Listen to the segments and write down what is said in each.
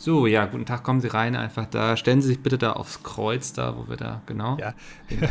So, ja, guten Tag, kommen Sie rein, einfach da. Stellen Sie sich bitte da aufs Kreuz, da, wo wir da, genau. Ja.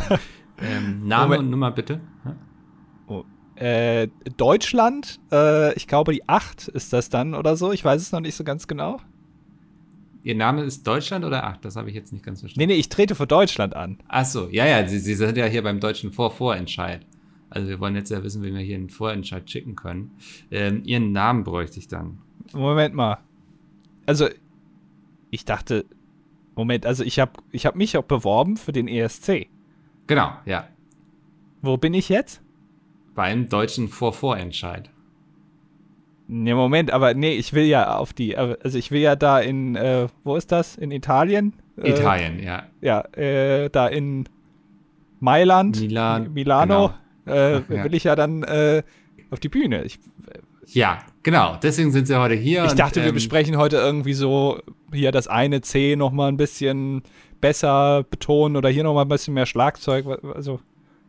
Name Moment. und Nummer bitte. Oh. Deutschland, ich glaube die 8 ist das dann oder so. Ich weiß es noch nicht so ganz genau. Ihr Name ist Deutschland oder 8? Das habe ich jetzt nicht ganz verstanden. Nee, ich trete für Deutschland an. Ach so, ja, Sie sind ja hier beim deutschen Vorentscheid. Also wir wollen jetzt ja wissen, wie wir hier einen Vorentscheid schicken können. Ihren Namen bräuchte ich dann. Moment mal. Also, ich dachte, also ich hab mich auch beworben für den ESC. Genau, ja. Wo bin ich jetzt? Beim deutschen Vorentscheid. Nee, Moment, aber nee, ich will ja ich will ja da in, wo ist das? In Italien? Italien, ja. Ja, da in Mailand, Milano, genau. will ich ja dann auf die Bühne. Ja, genau, deswegen sind Sie heute hier. Ich dachte, wir besprechen heute irgendwie so hier das eine C nochmal ein bisschen besser betonen oder hier nochmal ein bisschen mehr Schlagzeug. Also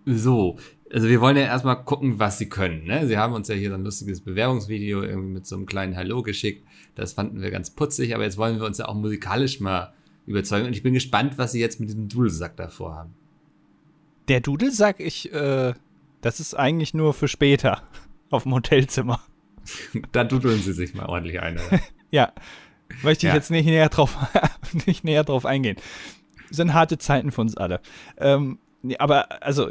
wir wollen ja erstmal gucken, was Sie können. Ne? Sie haben uns ja hier so ein lustiges Bewerbungsvideo irgendwie mit so einem kleinen Hallo geschickt. Das fanden wir ganz putzig, aber jetzt wollen wir uns ja auch musikalisch mal überzeugen. Und ich bin gespannt, was Sie jetzt mit diesem Dudelsack davor haben. Der Dudelsack, das ist eigentlich nur für später auf dem Hotelzimmer. Da dudeln Sie sich mal ordentlich ein, oder? Ja, möchte ich jetzt nicht näher drauf eingehen. Das sind harte Zeiten für uns alle. Aber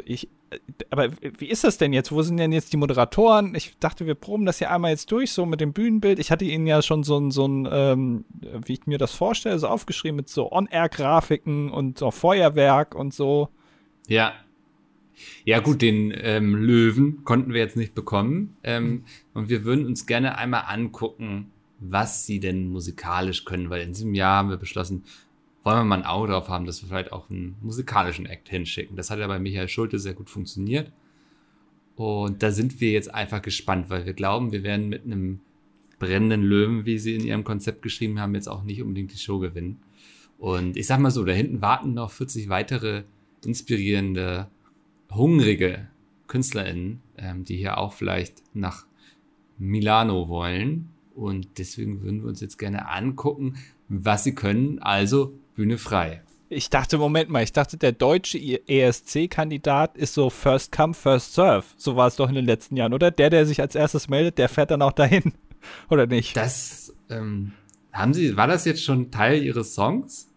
wie ist das denn jetzt? Wo sind denn jetzt die Moderatoren? Ich dachte, wir proben das ja einmal jetzt durch, so mit dem Bühnenbild. Ich hatte Ihnen ja schon so ein wie ich mir das vorstelle, so aufgeschrieben mit so On-Air-Grafiken und so Feuerwerk und so. Ja. Ja gut, den Löwen konnten wir jetzt nicht bekommen. Und wir würden uns gerne einmal angucken, was sie denn musikalisch können. Weil in diesem Jahr haben wir beschlossen, wollen wir mal ein Auge drauf haben, dass wir vielleicht auch einen musikalischen Act hinschicken. Das hat ja bei Michael Schulte sehr gut funktioniert. Und da sind wir jetzt einfach gespannt, weil wir glauben, wir werden mit einem brennenden Löwen, wie sie in ihrem Konzept geschrieben haben, jetzt auch nicht unbedingt die Show gewinnen. Und ich sag mal so, da hinten warten noch 40 weitere inspirierende, hungrige KünstlerInnen, die hier auch vielleicht nach Milano wollen. Und deswegen würden wir uns jetzt gerne angucken, was sie können. Also Bühne frei. Ich dachte, der deutsche ESC-Kandidat ist so First Come, First Serve. So war es doch in den letzten Jahren, oder? Der sich als erstes meldet, der fährt dann auch dahin. Oder nicht? Das, war das jetzt schon Teil Ihres Songs?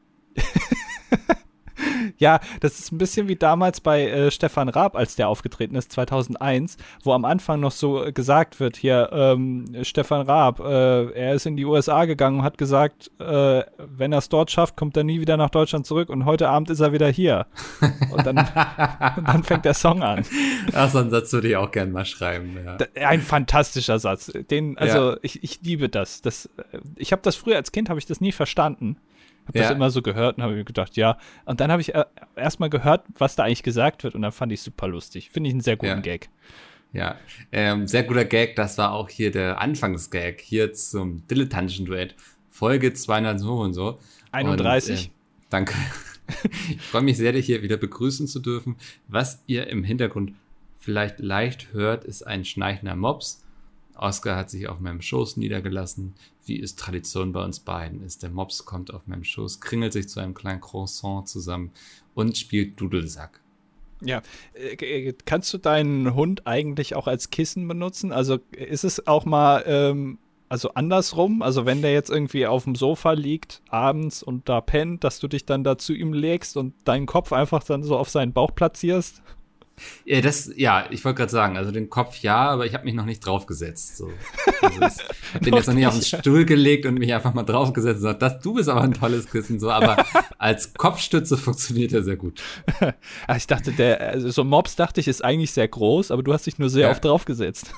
Ja, das ist ein bisschen wie damals bei Stefan Raab, als der aufgetreten ist, 2001, wo am Anfang noch so gesagt wird, hier, Stefan Raab, er ist in die USA gegangen und hat gesagt, wenn er es dort schafft, kommt er nie wieder nach Deutschland zurück und heute Abend ist er wieder hier. Und dann fängt der Song an. Ach, so einen Satz würde ich auch gerne mal schreiben. Ja. Ein fantastischer Satz. Ich liebe das. Ich habe das früher als Kind, habe ich das nie verstanden. Habe das immer so gehört und habe mir gedacht, ja. Und dann habe ich erstmal gehört, was da eigentlich gesagt wird und dann fand ich es super lustig. Finde ich einen sehr guten Gag. Ja, sehr guter Gag. Das war auch hier der Anfangsgag hier zum dilettantischen Duett. Folge 200 so und so. 31. Und, danke. Ich freue mich sehr, dich hier wieder begrüßen zu dürfen. Was ihr im Hintergrund vielleicht leicht hört, ist ein schnarchender Mops. Oscar hat sich auf meinem Schoß niedergelassen, wie es Tradition bei uns beiden ist. Der Mops kommt auf meinem Schoß, kringelt sich zu einem kleinen Croissant zusammen und spielt Dudelsack. Ja, kannst du deinen Hund eigentlich auch als Kissen benutzen? Also ist es auch mal andersrum? Also wenn der jetzt irgendwie auf dem Sofa liegt abends und da pennt, dass du dich dann da zu ihm legst und deinen Kopf einfach dann so auf seinen Bauch platzierst? Ja, ich wollte gerade sagen, also den Kopf ja, aber ich habe mich noch nicht draufgesetzt. So. Also ich habe den jetzt noch nicht auf den Stuhl gelegt und mich einfach mal draufgesetzt und gesagt, du bist aber ein tolles Kissen, so, aber als Kopfstütze funktioniert er sehr gut. Ich dachte, so ein Mops, dachte ich, ist eigentlich sehr groß, aber du hast dich nur sehr oft draufgesetzt.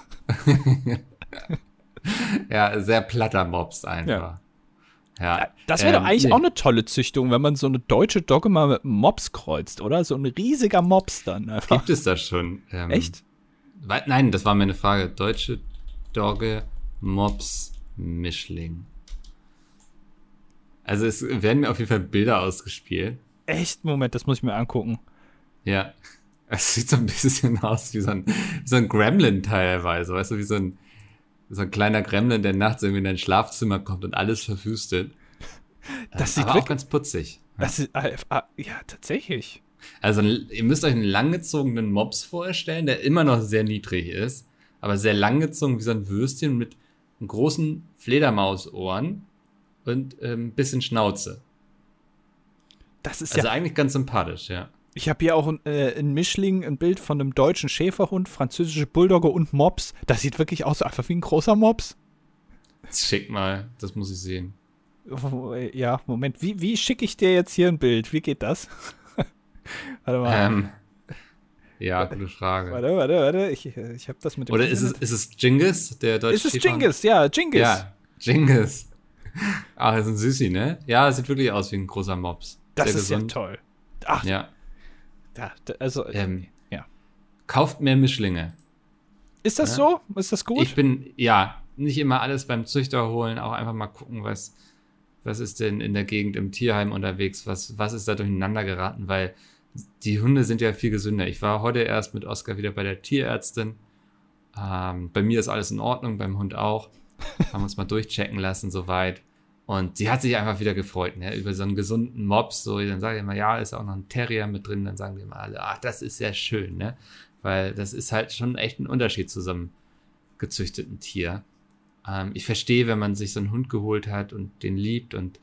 Ja, sehr platter Mops einfach. Ja. Das wäre doch eigentlich auch eine tolle Züchtung, wenn man so eine deutsche Dogge mal mit einem Mops kreuzt, oder? So ein riesiger Mops dann einfach. Gibt es das schon? Echt? Nein, das war meine Frage. Deutsche Dogge, Mops, Mischling. Also es werden mir auf jeden Fall Bilder ausgespielt. Echt? Moment, das muss ich mir angucken. Ja. Es sieht so ein bisschen aus wie so ein Gremlin teilweise, weißt du, wie so ein kleiner Gremlin, der nachts irgendwie in dein Schlafzimmer kommt und alles verwüstet. Das sieht aber wirklich auch ganz putzig. Das ist, ja, tatsächlich. Also ihr müsst euch einen langgezogenen Mops vorstellen, der immer noch sehr niedrig ist, aber sehr langgezogen wie so ein Würstchen mit großen Fledermausohren und ein bisschen Schnauze. Das ist also eigentlich ganz sympathisch, ja. Ich habe hier auch in Mischling ein Bild von einem deutschen Schäferhund, französische Bulldogge und Mops. Das sieht wirklich aus einfach wie ein großer Mops. Schick mal, das muss ich sehen. Ja, Moment. Wie schicke ich dir jetzt hier ein Bild? Wie geht das? Warte mal. Ja, gute Frage. Warte. Ich habe das mit dem. Oder ist es Genghis, der deutsche Ist es Genghis? Ja, Genghis. Ja, Genghis. Das ist ein Süßi, ne? Ja, sieht wirklich aus wie ein großer Mops. Das sehr ist gesund. ja toll. Ach, ja. Also, ja. Kauft mehr Mischlinge. Ist das so? Ist das gut? Ich bin, nicht immer alles beim Züchter holen, auch einfach mal gucken, was ist denn in der Gegend im Tierheim unterwegs, was ist da durcheinander geraten, weil die Hunde sind ja viel gesünder. Ich war heute erst mit Oskar wieder bei der Tierärztin. Bei mir ist alles in Ordnung, beim Hund auch. Haben uns mal durchchecken lassen soweit. Und sie hat sich einfach wieder gefreut, ne, über so einen gesunden Mops. So, dann sage ich immer, ja, ist auch noch ein Terrier mit drin. Dann sagen die immer alle, ach, das ist sehr schön, ne? Weil das ist halt schon echt ein Unterschied zu so einem gezüchteten Tier. Ich verstehe, wenn man sich so einen Hund geholt hat und den liebt und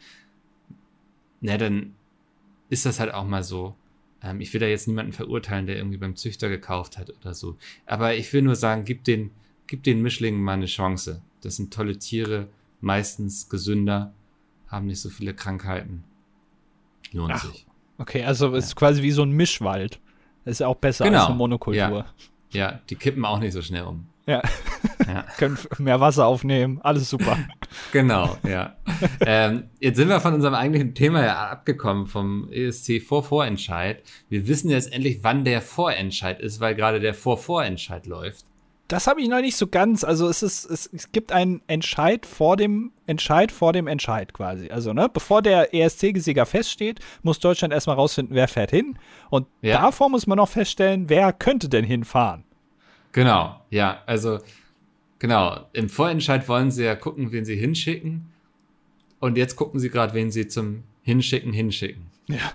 dann ist das halt auch mal so. Ich will da jetzt niemanden verurteilen, der irgendwie beim Züchter gekauft hat oder so. Aber ich will nur sagen, gib den Mischlingen mal eine Chance. Das sind tolle Tiere, meistens gesünder, haben nicht so viele Krankheiten. Lohnt sich. Okay, also es ist quasi wie so ein Mischwald. Das ist ja auch besser als eine Monokultur. Ja, die kippen auch nicht so schnell um. Ja. Können mehr Wasser aufnehmen, alles super. Genau, ja. Jetzt sind wir von unserem eigentlichen Thema ja abgekommen, vom ESC-Vorentscheid. Wir wissen jetzt endlich, wann der Vorentscheid ist, weil gerade der Vorentscheid läuft. Das habe ich noch nicht so ganz. Also es gibt einen Entscheid vor dem Entscheid quasi. Also, ne, bevor der ESC-Sieger feststeht, muss Deutschland erstmal rausfinden, wer fährt hin. Und davor muss man noch feststellen, wer könnte denn hinfahren. Genau, ja, also genau. Im Vorentscheid wollen sie ja gucken, wen sie hinschicken. Und jetzt gucken sie gerade, wen sie zum Hinschicken. Ja.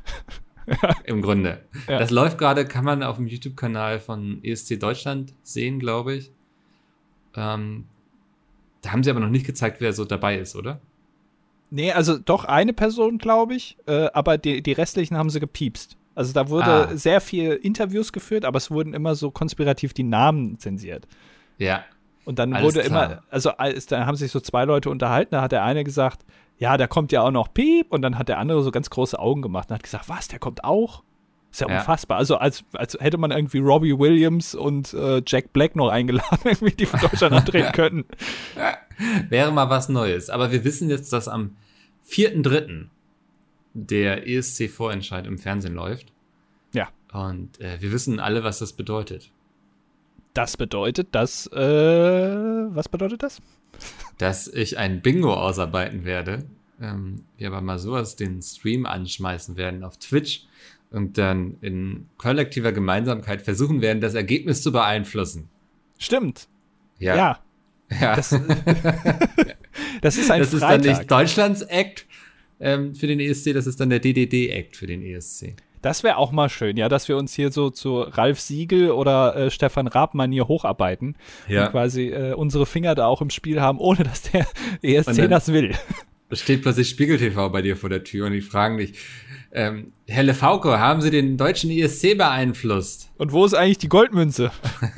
Im Grunde. Ja. Das läuft gerade, kann man auf dem YouTube-Kanal von ESC Deutschland sehen, glaube ich. Da haben sie aber noch nicht gezeigt, wer so dabei ist, oder? Nee, also doch eine Person, glaube ich, aber die restlichen haben sie gepiepst. Also da wurde sehr viel Interviews geführt, aber es wurden immer so konspirativ die Namen zensiert. Ja. Und dann wurde immer, da haben sich so zwei Leute unterhalten, da hat der eine gesagt, ja, da kommt ja auch noch Piep, und dann hat der andere so ganz große Augen gemacht und hat gesagt, was, der kommt auch? Ist ja unfassbar. Also als hätte man irgendwie Robbie Williams und Jack Black noch eingeladen, irgendwie, die von Deutschland antreten könnten. Wäre mal was Neues. Aber wir wissen jetzt, dass am 4.3. der ESC-Vorentscheid im Fernsehen läuft. Ja. Und wir wissen alle, was das bedeutet. Das bedeutet, dass, was bedeutet das? Dass ich ein Bingo ausarbeiten werde. Wir aber mal sowas den Stream anschmeißen werden auf Twitch und dann in kollektiver Gemeinsamkeit versuchen werden, das Ergebnis zu beeinflussen. Stimmt. Ja. Das ist ein Das ist Freitag. dann nicht Deutschlands Act für den ESC, das ist dann der DDD-Act für den ESC. Das wäre auch mal schön, ja, dass wir uns hier so zu Ralf Siegel oder Stefan Raab hier hocharbeiten und quasi unsere Finger da auch im Spiel haben, ohne dass der ESC das will. Steht plötzlich Spiegel TV bei dir vor der Tür und die fragen dich, Herr Lefauco, haben Sie den deutschen ESC beeinflusst? Und wo ist eigentlich die Goldmünze?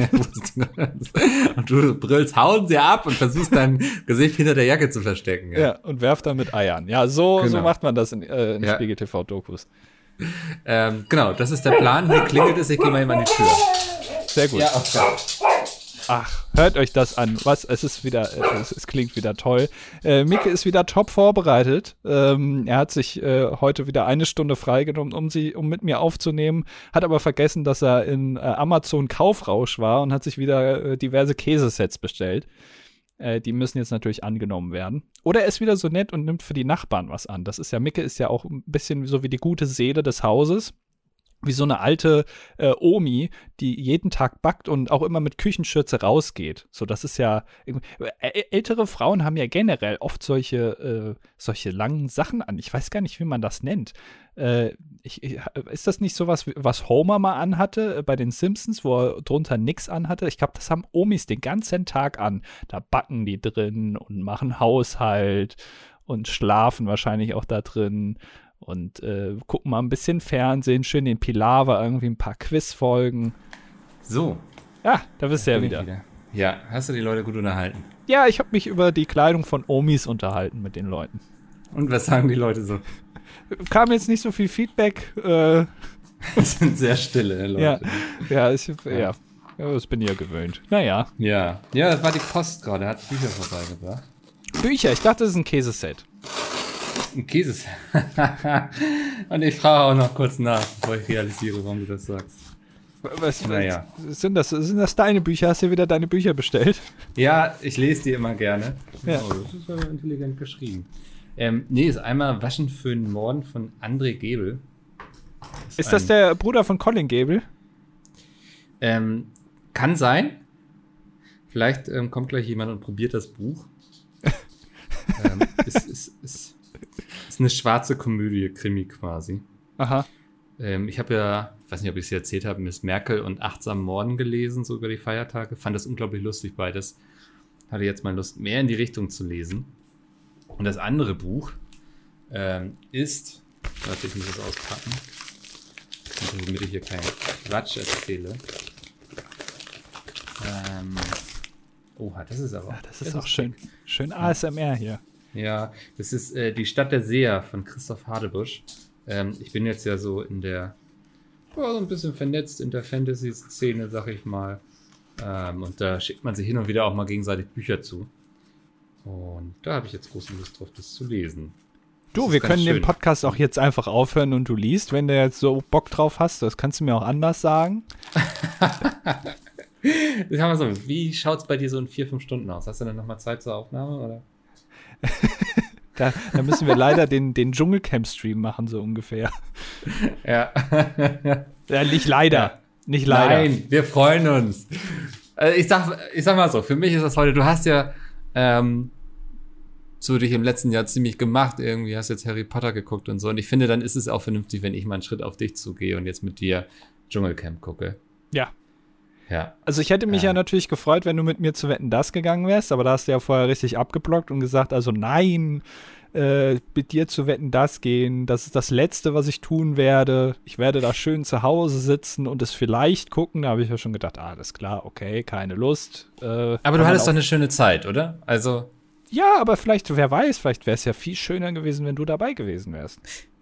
Und du brüllst, hauen sie ab und versuchst dein Gesicht hinter der Jacke zu verstecken. Ja, und werft dann mit Eiern. Ja, so macht man das in Spiegel TV-Dokus. Genau, das ist der Plan. Hier klingelt es, ich gehe mal eben an die Tür. Sehr gut. Ja, okay. Ach, hört euch das an. Es klingt wieder toll. Micke ist wieder top vorbereitet. Er hat sich heute wieder eine Stunde freigenommen, um mit mir aufzunehmen, hat aber vergessen, dass er in Amazon Kaufrausch war und hat sich wieder diverse Käsesets bestellt. Die müssen jetzt natürlich angenommen werden. Oder er ist wieder so nett und nimmt für die Nachbarn was an. Micke ist ja auch ein bisschen so wie die gute Seele des Hauses. wie so eine alte Omi, die jeden Tag backt und auch immer mit Küchenschürze rausgeht. So, das ist ja, ältere Frauen haben ja generell oft solche langen Sachen an. Ich weiß gar nicht, wie man das nennt. Ist das nicht sowas, was Homer mal anhatte bei den Simpsons, wo er drunter nix anhatte? Ich glaube, das haben Omis den ganzen Tag an. Da backen die drin und machen Haushalt und schlafen wahrscheinlich auch da drin. Und gucken mal ein bisschen Fernsehen, schön den Pilawa, irgendwie ein paar Quizfolgen. So. Ja, da bist du ja wieder. Ja, hast du die Leute gut unterhalten? Ja, ich habe mich über die Kleidung von Omis unterhalten mit den Leuten. Und was sagen die Leute so? Kam jetzt nicht so viel Feedback. Das sind sehr stille Leute. Ja, das bin ich ja gewöhnt. Naja. Ja, das war die Post gerade, hat Bücher vorbeigebracht. Bücher, ich dachte, das ist ein Käseset. Ein Käse. Und ich frage auch noch kurz nach, bevor ich realisiere, warum du das sagst. Naja. Sind das deine Bücher? Hast du wieder deine Bücher bestellt? Ja, ich lese die immer gerne. Ja. Oh, das ist ja intelligent geschrieben. Ist einmal Waschen für den Morden von André Gebel. Ist das der Bruder von Colin Gebel? Kann sein. Vielleicht kommt gleich jemand und probiert das Buch. Ist eine schwarze Komödie, Krimi quasi. Aha. Ich habe ja, ich weiß nicht, ob ich es dir erzählt habe, Miss Merkel und Achtsam Morden gelesen, so über die Feiertage. Fand das unglaublich lustig, beides. Hatte jetzt mal Lust, mehr in die Richtung zu lesen. Und das andere Buch ist, warte, ich muss das auspacken, damit ich hier keinen Quatsch erzähle. Oha, das ist aber... Ja, das ist auch schön. Schön ASMR hier. Ja, das ist Die Stadt der Seher von Christoph Hadebusch. Ich bin jetzt ja so so ein bisschen vernetzt in der Fantasy-Szene, sag ich mal. Und da schickt man sich hin und wieder auch mal gegenseitig Bücher zu. Und da habe ich jetzt große Lust drauf, das zu lesen. Du, wir können den Podcast auch jetzt einfach aufhören und du liest, wenn du jetzt so Bock drauf hast. Das kannst du mir auch anders sagen. Das haben wir so. Wie schaut es bei dir so in 4-5 Stunden aus? Hast du dann nochmal Zeit zur Aufnahme, oder? Da müssen wir leider den Dschungelcamp-Stream machen, so ungefähr. Ja. Ja, nicht leider. Ja. Nicht leider. Nein, wir freuen uns. Also ich sag mal so, für mich ist das heute, du hast ja so dich im letzten Jahr ziemlich gemacht, irgendwie hast jetzt Harry Potter geguckt und so. Und ich finde, dann ist es auch vernünftig, wenn ich mal einen Schritt auf dich zugehe und jetzt mit dir Dschungelcamp gucke. Ja. Ja. Also ich hätte mich ja natürlich gefreut, wenn du mit mir zu Wetten, dass gegangen wärst, aber da hast du ja vorher richtig abgeblockt und gesagt, also nein, mit dir zu Wetten, dass gehen, das ist das Letzte, was ich tun werde. Ich werde da schön zu Hause sitzen und es vielleicht gucken. Da habe ich ja schon gedacht, alles klar, okay, keine Lust. Aber du hattest doch eine schöne Zeit, oder? Also ja, aber vielleicht, wer weiß, vielleicht wäre es ja viel schöner gewesen, wenn du dabei gewesen wärst.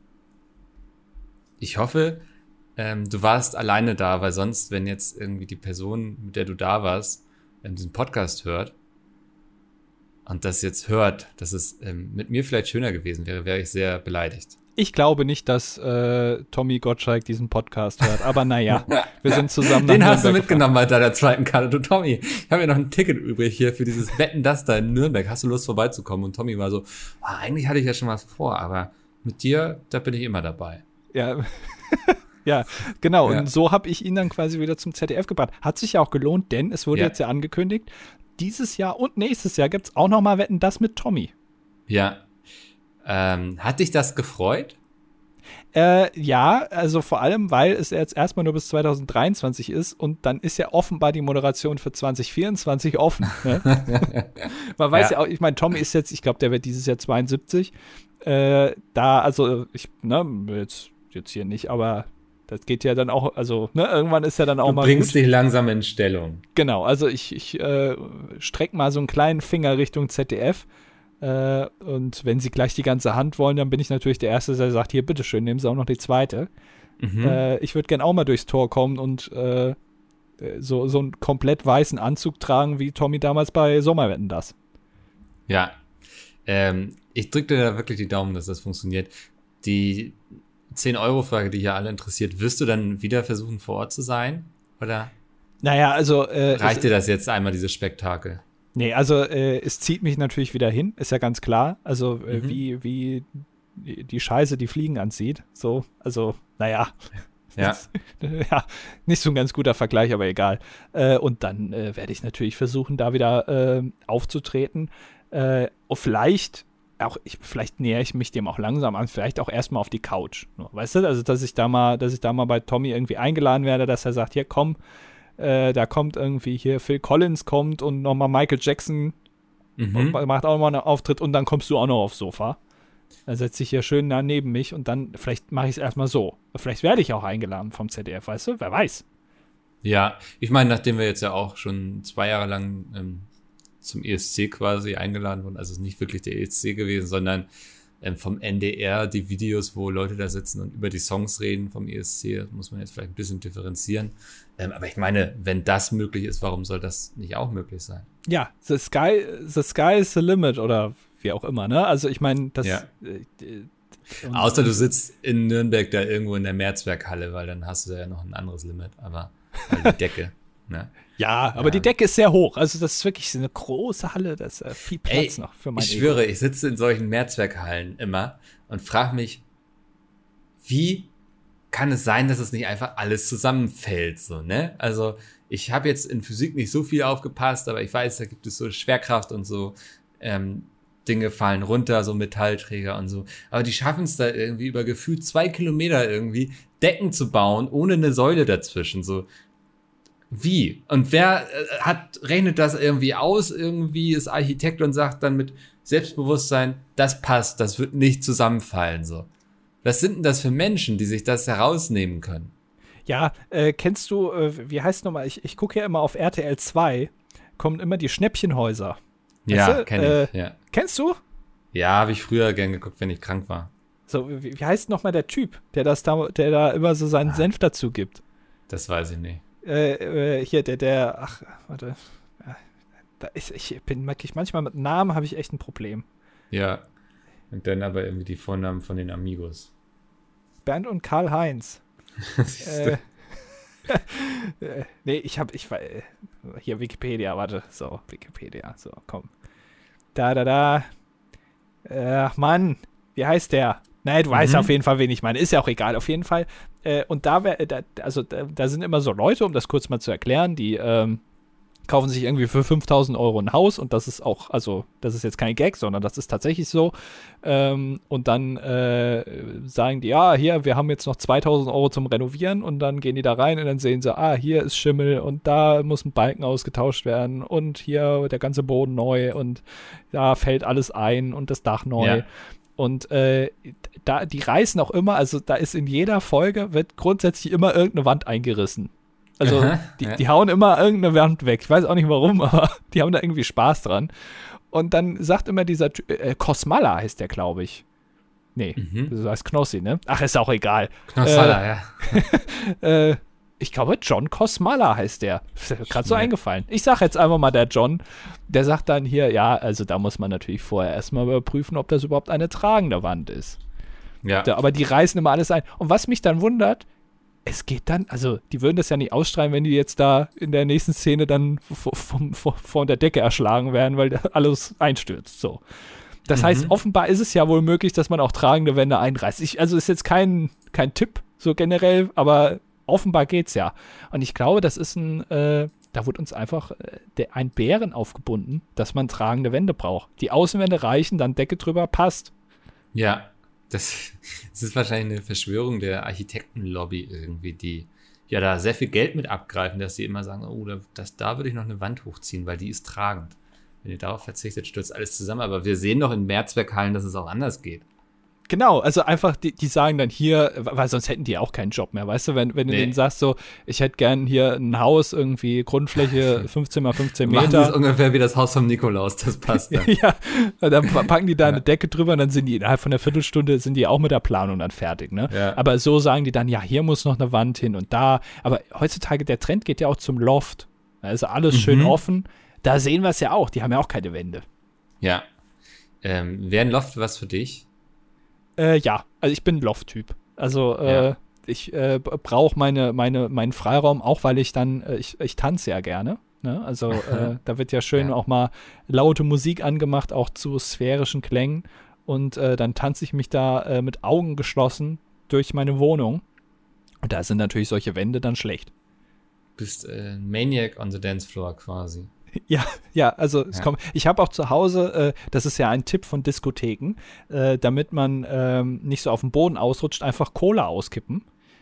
Ich hoffe, du warst alleine da, weil sonst, wenn jetzt irgendwie die Person, mit der du da warst, diesen Podcast hört und das jetzt hört, dass es mit mir vielleicht schöner gewesen wäre, wäre ich sehr beleidigt. Ich glaube nicht, dass Tommy Gottschalk diesen Podcast hört, aber naja, wir sind zusammen. Den hast du mitgenommen bei deiner zweiten Karte. Du, Tommy, ich habe ja noch ein Ticket übrig hier für dieses Wetten, dass da in Nürnberg. Hast du Lust, vorbeizukommen? Und Tommy war so, eigentlich hatte ich ja schon was vor, aber mit dir, da bin ich immer dabei. Ja, ja, genau. Ja. Und so habe ich ihn dann quasi wieder zum ZDF gebracht. Hat sich ja auch gelohnt, denn es wurde jetzt ja angekündigt, dieses Jahr und nächstes Jahr gibt es auch noch mal Wetten, das mit Tommy. Ja. Hat dich das gefreut? Ja, also vor allem, weil es jetzt erstmal nur bis 2023 ist und dann ist ja offenbar die Moderation für 2024 offen. Ne? Man weiß ja auch, ich meine, Tommy ist jetzt, ich glaube, der wird dieses Jahr 72. Jetzt hier nicht, aber das geht ja dann auch, also irgendwann ist ja dann auch mal gut. Du bringst dich langsam in Stellung. Genau, also ich strecke mal so einen kleinen Finger Richtung ZDF. Und wenn sie gleich die ganze Hand wollen, dann bin ich natürlich der Erste, der sagt, hier, bitteschön, nehmen Sie auch noch die zweite. Mhm. Ich würde gern auch mal durchs Tor kommen und so einen komplett weißen Anzug tragen, wie Tommy damals bei Sommerwetten, das. Ja, ich drücke dir da wirklich die Daumen, dass das funktioniert. Die 10-Euro-Frage, die hier alle interessiert, wirst du dann wieder versuchen, vor Ort zu sein? Oder? Naja, also reicht dir das jetzt einmal, dieses Spektakel? Nee, also es zieht mich natürlich wieder hin, ist ja ganz klar. Also wie die Scheiße die Fliegen anzieht. So, also, naja, Ja. Ja, nicht so ein ganz guter Vergleich, aber egal. Und dann werde ich natürlich versuchen, da wieder aufzutreten. Und vielleicht nähere ich mich dem auch langsam an, vielleicht auch erstmal auf die Couch. Nur, weißt du, also dass ich da mal bei Tommy irgendwie eingeladen werde, dass er sagt, hier komm, da kommt irgendwie hier Phil Collins kommt und nochmal Michael Jackson macht auch mal einen Auftritt und dann kommst du auch noch aufs Sofa. Dann setze ich hier schön nah neben mich und dann, vielleicht mache ich es erstmal so. Vielleicht werde ich auch eingeladen vom ZDF, weißt du? Wer weiß. Ja, ich meine, nachdem wir jetzt ja auch schon 2 Jahre lang zum ESC quasi eingeladen wurden, also es ist nicht wirklich der ESC gewesen, sondern vom NDR die Videos, wo Leute da sitzen und über die Songs reden vom ESC, das muss man jetzt vielleicht ein bisschen differenzieren. Aber ich meine, wenn das möglich ist, warum soll das nicht auch möglich sein? Ja, the sky is the limit oder wie auch immer, ne? Also ich meine, das... Ja. Außer du sitzt in Nürnberg da irgendwo in der Mehrzweckhalle, weil dann hast du da ja noch ein anderes Limit, aber die Decke, ne? Ja, aber die Decke ist sehr hoch. Also das ist wirklich eine große Halle, da ist viel Platz noch für mein Ich schwöre, ich sitze in solchen Mehrzweckhallen immer und frage mich, wie kann es sein, dass es nicht einfach alles zusammenfällt, so, ne? Also ich habe jetzt in Physik nicht so viel aufgepasst, aber ich weiß, da gibt es so Schwerkraft und so Dinge fallen runter, so Metallträger und so. Aber die schaffen es da irgendwie über gefühlt 2 Kilometer irgendwie Decken zu bauen, ohne eine Säule dazwischen, so. Wie? Und wer rechnet das irgendwie aus, irgendwie ist Architekt und sagt dann mit Selbstbewusstsein, das passt, das wird nicht zusammenfallen, so. Was sind denn das für Menschen, die sich das herausnehmen können? Ja, kennst du, wie heißt nochmal, ich gucke ja immer auf RTL 2, kommen immer die Schnäppchenhäuser. Ja, kenn ich, ja. Kennst du? Ja, habe ich früher gern geguckt, wenn ich krank war. So, wie heißt nochmal der Typ, der da immer so seinen Senf dazu gibt? Das weiß ich nicht. Hier, ach, warte. Ich bin wirklich, manchmal mit Namen habe ich echt ein Problem. Ja, und dann aber irgendwie die Vornamen von den Amigos. Bernd und Karl-Heinz. Nee, hier Wikipedia, warte. So, Wikipedia, so, komm. Ach Mann, wie heißt der? Nein, du weißt auf jeden Fall, wen ich meine. Ist ja auch egal, auf jeden Fall. Und da sind immer so Leute, um das kurz mal zu erklären, die kaufen sich irgendwie für 5.000 Euro ein Haus und das ist auch, also das ist jetzt kein Gag, sondern das ist tatsächlich so. Und dann sagen die, ja, hier, wir haben jetzt noch 2.000 Euro zum Renovieren und dann gehen die da rein und dann sehen sie, hier ist Schimmel und da muss ein Balken ausgetauscht werden und hier der ganze Boden neu und da fällt alles ein und das Dach neu. Ja. Und die reißen auch immer, also da ist in jeder Folge, wird grundsätzlich immer irgendeine Wand eingerissen. Also die hauen immer irgendeine Wand weg. Ich weiß auch nicht warum, aber die haben da irgendwie Spaß dran. Und dann sagt immer dieser Kosmala heißt der, glaube ich. Nee, das heißt Knossi, ne? Ach, ist auch egal. Knossala, ja. Ich glaube, John Kosmala heißt der. Ist mir gerade so eingefallen. Ich sage jetzt einfach mal der John. Der sagt dann hier, ja, also da muss man natürlich vorher erstmal überprüfen, ob das überhaupt eine tragende Wand ist. Ja. Aber die reißen immer alles ein. Und was mich dann wundert, es geht dann, also die würden das ja nicht ausstrahlen, wenn die jetzt da in der nächsten Szene dann von der Decke erschlagen werden, weil alles einstürzt. So. Das heißt, offenbar ist es ja wohl möglich, dass man auch tragende Wände einreißt. Also ist jetzt kein Tipp so generell, aber offenbar geht's ja. Und ich glaube, das ist da wird uns einfach ein Bären aufgebunden, dass man tragende Wände braucht. Die Außenwände reichen, dann Decke drüber, passt. Ja. Das ist wahrscheinlich eine Verschwörung der Architektenlobby irgendwie, die ja da sehr viel Geld mit abgreifen, dass sie immer sagen, oh, da würde ich noch eine Wand hochziehen, weil die ist tragend. Wenn ihr darauf verzichtet, stürzt alles zusammen. Aber wir sehen doch in Mehrzweckhallen, dass es auch anders geht. Genau, also einfach, die sagen dann hier, weil sonst hätten die auch keinen Job mehr, weißt du, wenn du denen sagst so, ich hätte gern hier ein Haus, irgendwie Grundfläche 15 mal 15 Meter. Machen die das ungefähr wie das Haus vom Nikolaus, das passt dann. Ja, dann packen die da eine Decke drüber und dann sind die innerhalb von einer Viertelstunde sind die auch mit der Planung dann fertig, ne? Ja. Aber so sagen die dann, ja, hier muss noch eine Wand hin und da, aber heutzutage, der Trend geht ja auch zum Loft, da ist alles schön offen, da sehen wir es ja auch, die haben ja auch keine Wände. Ja, wäre ein Loft was für dich? Ja, also ich bin ein Loft-Typ. Also ich brauche meinen Freiraum, auch weil ich dann, ich tanze ja gerne. Ne? Also da wird ja schön auch mal laute Musik angemacht, auch zu sphärischen Klängen. Und dann tanze ich mich da mit Augen geschlossen durch meine Wohnung. Und da sind natürlich solche Wände dann schlecht. Bist Maniac on the Dance Floor quasi. Ja, also ich habe auch zu Hause, das ist ja ein Tipp von Diskotheken, damit man nicht so auf dem Boden ausrutscht, einfach Cola auskippen.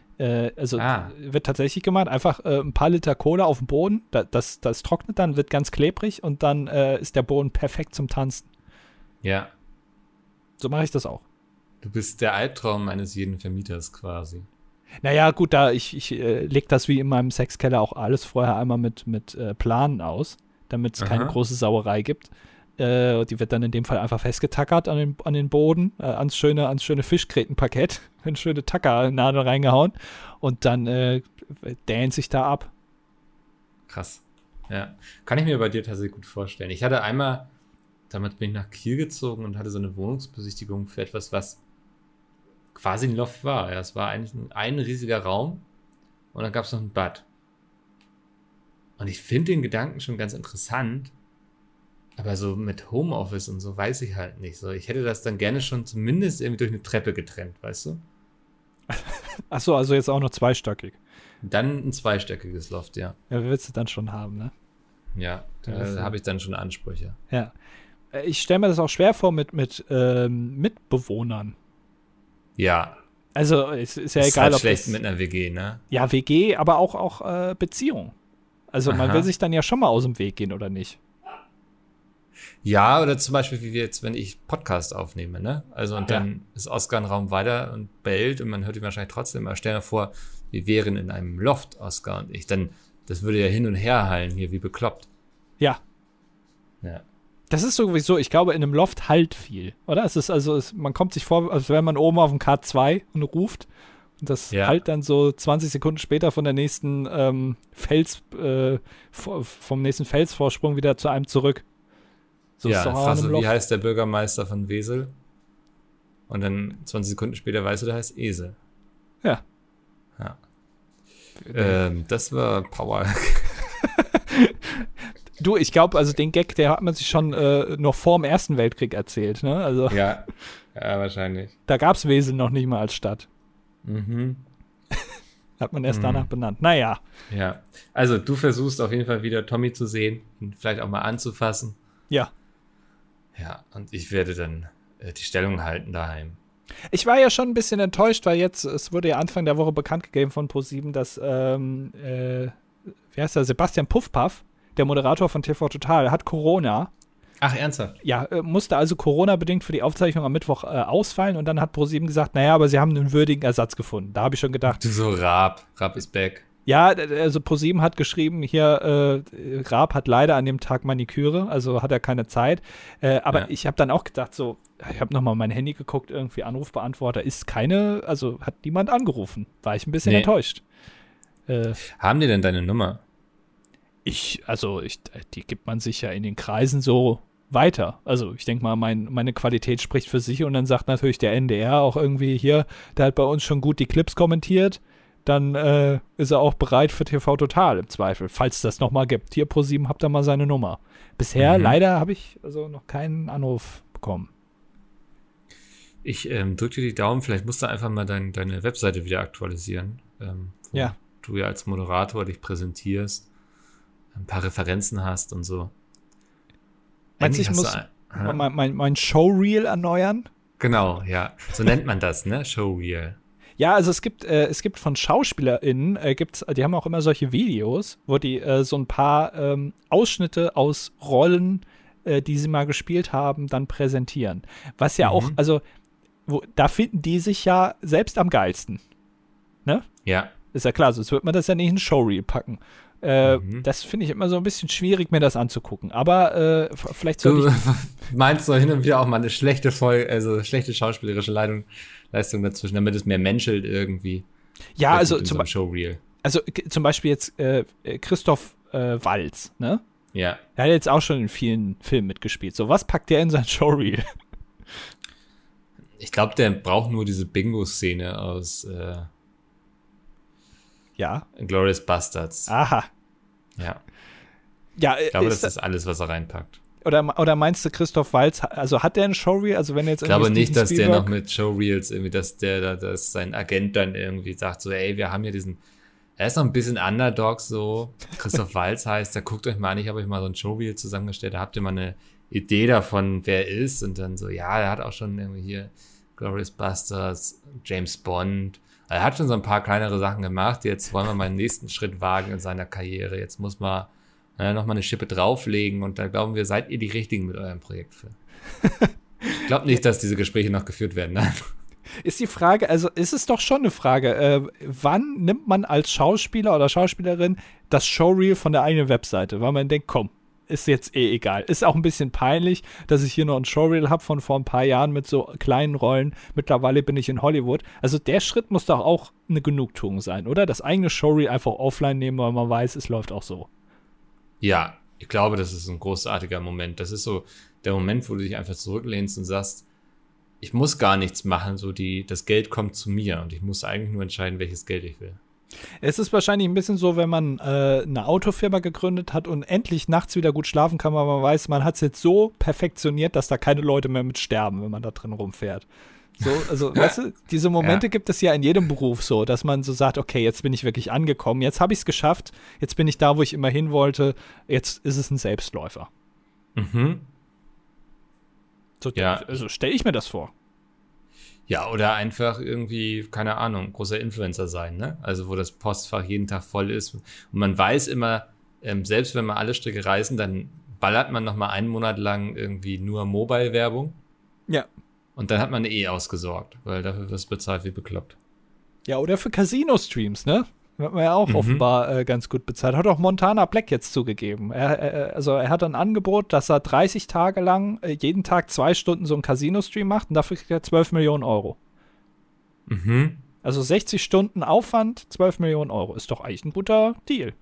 Wird tatsächlich gemacht, einfach ein paar Liter Cola auf dem Boden, das trocknet dann, wird ganz klebrig und dann ist der Boden perfekt zum Tanzen. Ja. So mache ich das auch. Du bist der Albtraum eines jeden Vermieters quasi. Naja, gut, ich lege das wie in meinem Sexkeller auch alles vorher einmal mit Planen aus, damit es keine große Sauerei gibt. Die wird dann in dem Fall einfach festgetackert an den Boden, ans schöne Fischgrätenparkett, eine schöne Tackernadel reingehauen und dann dance ich da ab. Krass. Ja. Kann ich mir bei dir tatsächlich gut vorstellen. Ich hatte einmal, damals bin ich nach Kiel gezogen und hatte so eine Wohnungsbesichtigung für etwas, was quasi ein Loft war. Ja, es war eigentlich ein riesiger Raum und dann gab es noch ein Bad. Und ich finde den Gedanken schon ganz interessant, aber so mit Homeoffice und so weiß ich halt nicht so. Ich hätte das dann gerne schon zumindest irgendwie durch eine Treppe getrennt, weißt du? Achso, also jetzt auch noch zweistöckig. Dann ein zweistöckiges Loft, ja. Ja, willst du dann schon haben, ne? Ja, da habe ich dann schon Ansprüche. Ja. Ich stelle mir das auch schwer vor mit Mitbewohnern. Ja. Also es ist ja ist egal, halt ob schlecht das, mit einer WG, ne? Ja, WG, aber auch Beziehung. Also man will sich dann ja schon mal aus dem Weg gehen, oder nicht? Ja, oder zum Beispiel wie wir jetzt, wenn ich Podcast aufnehme, ne? Also und dann ist Oskar ein Raum weiter und bellt und man hört ihn wahrscheinlich trotzdem. Aber stell dir vor, wir wären in einem Loft, Oskar und ich, dann, das würde ja hin und her hallen hier, wie bekloppt. Ja. Ja. Das ist sowieso, ich glaube, in einem Loft halt viel, oder? Man kommt sich vor, als wäre man oben auf dem K2 und ruft. Und das halt dann so 20 Sekunden später von der nächsten vom nächsten Felsvorsprung wieder zu einem zurück. So ja, fragst du, wie heißt der Bürgermeister von Wesel? Und dann 20 Sekunden später weißt du, der heißt Esel. Ja. Das war Power. Du, ich glaube, also den Gag, der hat man sich schon noch vor dem Ersten Weltkrieg erzählt, ne? Also, ja, wahrscheinlich. Da gab es Wesel noch nicht mal als Stadt. Mhm. Hat man erst danach benannt. Naja. Ja, also du versuchst auf jeden Fall wieder Tommy zu sehen, ihn vielleicht auch mal anzufassen. Ja. Ja, und ich werde dann die Stellung halten daheim. Ich war ja schon ein bisschen enttäuscht, weil es wurde ja Anfang der Woche bekannt gegeben von ProSieben, dass wie heißt der, Sebastian Puffpaff, der Moderator von TV Total, hat Corona. Ach, ernsthaft? Ja, musste also Corona-bedingt für die Aufzeichnung am Mittwoch ausfallen und dann hat ProSieben gesagt, naja, aber sie haben einen würdigen Ersatz gefunden. Da habe ich schon gedacht. Du so, Raab ist back. Ja, also ProSieben hat geschrieben, hier, Raab hat leider an dem Tag Maniküre, also hat er keine Zeit. Aber ich habe dann auch gedacht, so, ich habe nochmal mein Handy geguckt, irgendwie Anrufbeantworter, also hat niemand angerufen. War ich ein bisschen enttäuscht. Haben die denn deine Nummer? Die gibt man sich ja in den Kreisen so weiter. Also ich denke mal, meine Qualität spricht für sich und dann sagt natürlich der NDR auch irgendwie hier, der hat bei uns schon gut die Clips kommentiert, dann ist er auch bereit für TV Total im Zweifel, falls es das nochmal gibt. Hier ProSieben, habt ihr mal seine Nummer. Bisher leider habe ich also noch keinen Anruf bekommen. Ich drücke dir die Daumen, vielleicht musst du einfach mal deine Webseite wieder aktualisieren. Wo du ja als Moderator dich präsentierst, ein paar Referenzen hast und so. Meinst du, ich muss mein Showreel erneuern? Genau, ja. So nennt man das, ne? Showreel. Ja, also es gibt von SchauspielerInnen, die haben auch immer solche Videos, wo die so ein paar Ausschnitte aus Rollen, die sie mal gespielt haben, dann präsentieren. Was ja auch, also da finden die sich ja selbst am geilsten. Ne? Ja. Ist ja klar, sonst wird man das ja nicht in ein Showreel packen. Das finde ich immer so ein bisschen schwierig, mir das anzugucken. Aber vielleicht soll ich meinst du hin und wieder auch mal eine schlechte schlechte schauspielerische Leistung dazwischen, damit es mehr menschelt irgendwie. Ja, also zum Showreel. Also zum Beispiel jetzt Christoph Waltz, ne? Ja. Er hat jetzt auch schon in vielen Filmen mitgespielt. So, was packt der in sein Showreel? Ich glaube, der braucht nur diese Bingo-Szene aus Inglourious Bastards. Aha. Ja. Ja, ich glaube, das ist alles, was er reinpackt. Oder meinst du Christoph Waltz, also hat der ein Showreel? Also wenn jetzt ich glaube nicht, dass der noch mit Showreels irgendwie, dass sein Agent dann irgendwie sagt so, ey, wir haben hier er ist noch ein bisschen Underdog so, Christoph Waltz heißt, da guckt euch mal an, ich habe euch mal so ein Showreel zusammengestellt, da habt ihr mal eine Idee davon, wer er ist, und dann so, ja, er hat auch schon irgendwie hier Glorious Bastards, James Bond, er hat schon so ein paar kleinere Sachen gemacht, jetzt wollen wir mal den nächsten Schritt wagen in seiner Karriere, jetzt muss man noch mal eine Schippe drauflegen, und da glauben wir, seid ihr die Richtigen mit eurem Projektfilm. Ich glaube nicht, dass diese Gespräche noch geführt werden. Nein. Ist die Frage, also ist es doch schon eine Frage, wann nimmt man als Schauspieler oder Schauspielerin das Showreel von der eigenen Webseite, weil man denkt, komm, ist jetzt egal. Ist auch ein bisschen peinlich, dass ich hier noch ein Showreel habe von vor ein paar Jahren mit so kleinen Rollen. Mittlerweile bin ich in Hollywood. Also der Schritt muss doch auch eine Genugtuung sein, oder? Das eigene Showreel einfach offline nehmen, weil man weiß, es läuft auch so. Ja, ich glaube, das ist ein großartiger Moment. Das ist so der Moment, wo du dich einfach zurücklehnst und sagst, ich muss gar nichts machen, so das Geld kommt zu mir und ich muss eigentlich nur entscheiden, welches Geld ich will. Es ist wahrscheinlich ein bisschen so, wenn man eine Autofirma gegründet hat und endlich nachts wieder gut schlafen kann, weil man weiß, man hat es jetzt so perfektioniert, dass da keine Leute mehr mit sterben, wenn man da drin rumfährt. So, also, weißt du, diese Momente gibt es ja in jedem Beruf so, dass man so sagt, okay, jetzt bin ich wirklich angekommen, jetzt habe ich es geschafft, jetzt bin ich da, wo ich immer hin wollte, jetzt ist es ein Selbstläufer. Mhm. So, also stelle ich mir das vor. Ja, oder einfach irgendwie, keine Ahnung, großer Influencer sein, ne? Also wo das Postfach jeden Tag voll ist. Und man weiß immer, selbst wenn wir alle Stricke reißen, dann ballert man noch mal einen Monat lang irgendwie nur Mobile-Werbung. Ja. Und dann hat man ausgesorgt, weil dafür wirst du bezahlt wie bekloppt. Ja, oder für Casino-Streams, ne? Hat man ja auch offenbar ganz gut bezahlt. Hat auch Montana Black jetzt zugegeben. Er hat ein Angebot, dass er 30 Tage lang jeden Tag 2 Stunden so einen Casino-Stream macht und dafür kriegt er 12 Millionen Euro. Mhm. Also 60 Stunden Aufwand, 12 Millionen Euro. Ist doch eigentlich ein guter Deal.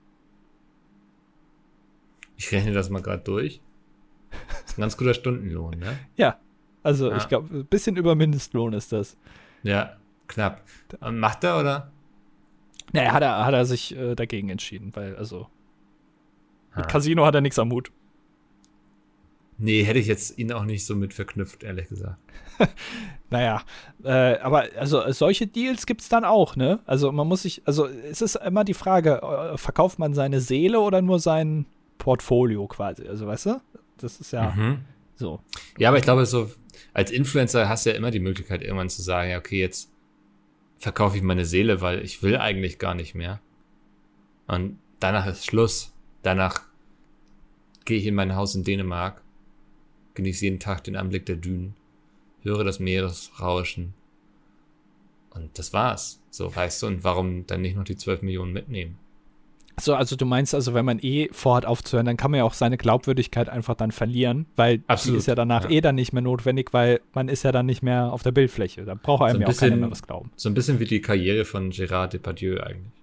Ich rechne das mal gerade durch. Das ist ein ganz guter Stundenlohn, ne? Ja, also ich glaube, ein bisschen über Mindestlohn ist das. Ja, knapp. Macht er, oder? Naja, hat er sich dagegen entschieden, weil, also mit Casino hat er nichts am Hut. Nee, hätte ich jetzt ihn auch nicht so mit verknüpft, ehrlich gesagt. Naja, aber also solche Deals gibt's dann auch, ne? Also man muss sich, also es ist immer die Frage, verkauft man seine Seele oder nur sein Portfolio quasi? Also weißt du, das ist ja so. Ja, aber ich glaube, so als Influencer hast du ja immer die Möglichkeit, irgendwann zu sagen, ja, okay, jetzt verkaufe ich meine Seele, weil ich will eigentlich gar nicht mehr. Und danach ist Schluss. Danach gehe ich in mein Haus in Dänemark, genieße jeden Tag den Anblick der Dünen, höre das Meeresrauschen. Und das war's. So, weißt du, und warum dann nicht noch die 12 Millionen mitnehmen? So, also du meinst, also wenn man vorhat aufzuhören, dann kann man ja auch seine Glaubwürdigkeit einfach dann verlieren, weil die ist ja danach dann nicht mehr notwendig, weil man ist ja dann nicht mehr auf der Bildfläche. Da braucht einem ja auch keiner mehr was glauben. So ein bisschen wie die Karriere von Gérard Depardieu eigentlich.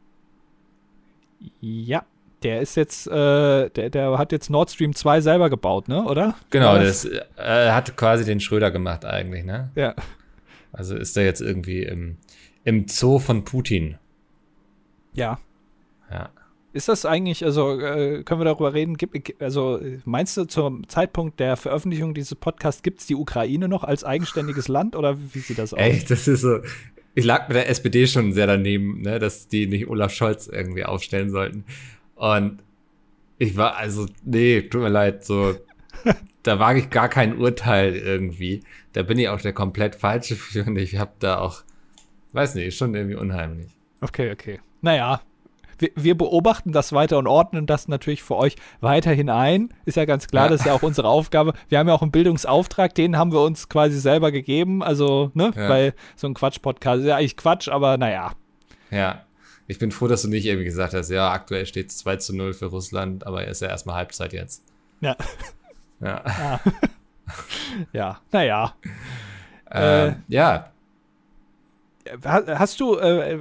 Ja, der ist jetzt, der hat jetzt Nord Stream 2 selber gebaut, ne, oder? Genau, hat quasi den Schröder gemacht eigentlich, ne? Ja. Also ist er jetzt irgendwie im Zoo von Putin. Ja. Ja. Ist das eigentlich, also können wir darüber reden, also meinst du, zum Zeitpunkt der Veröffentlichung dieses Podcasts gibt es die Ukraine noch als eigenständiges Land oder wie sieht das aus? Ey, das ist so, ich lag mit der SPD schon sehr daneben, ne, dass die nicht Olaf Scholz irgendwie aufstellen sollten. Und ich war, also, nee, tut mir leid, so, da wage ich gar kein Urteil irgendwie. Da bin ich auch der komplett Falsche für und ich hab da auch, weiß nicht, schon irgendwie unheimlich. Okay. Naja. Wir beobachten das weiter und ordnen das natürlich für euch weiterhin ein. Ist ja ganz klar, das ist ja auch unsere Aufgabe. Wir haben ja auch einen Bildungsauftrag, den haben wir uns quasi selber gegeben. Also, ne, weil so ein Quatsch-Podcast ist ja eigentlich Quatsch, aber naja. Ja, ich bin froh, dass du nicht irgendwie gesagt hast, ja, aktuell steht es 2-0 für Russland, aber ist ja erstmal Halbzeit jetzt. Ja. Ja. Ja, naja. Ja. Hast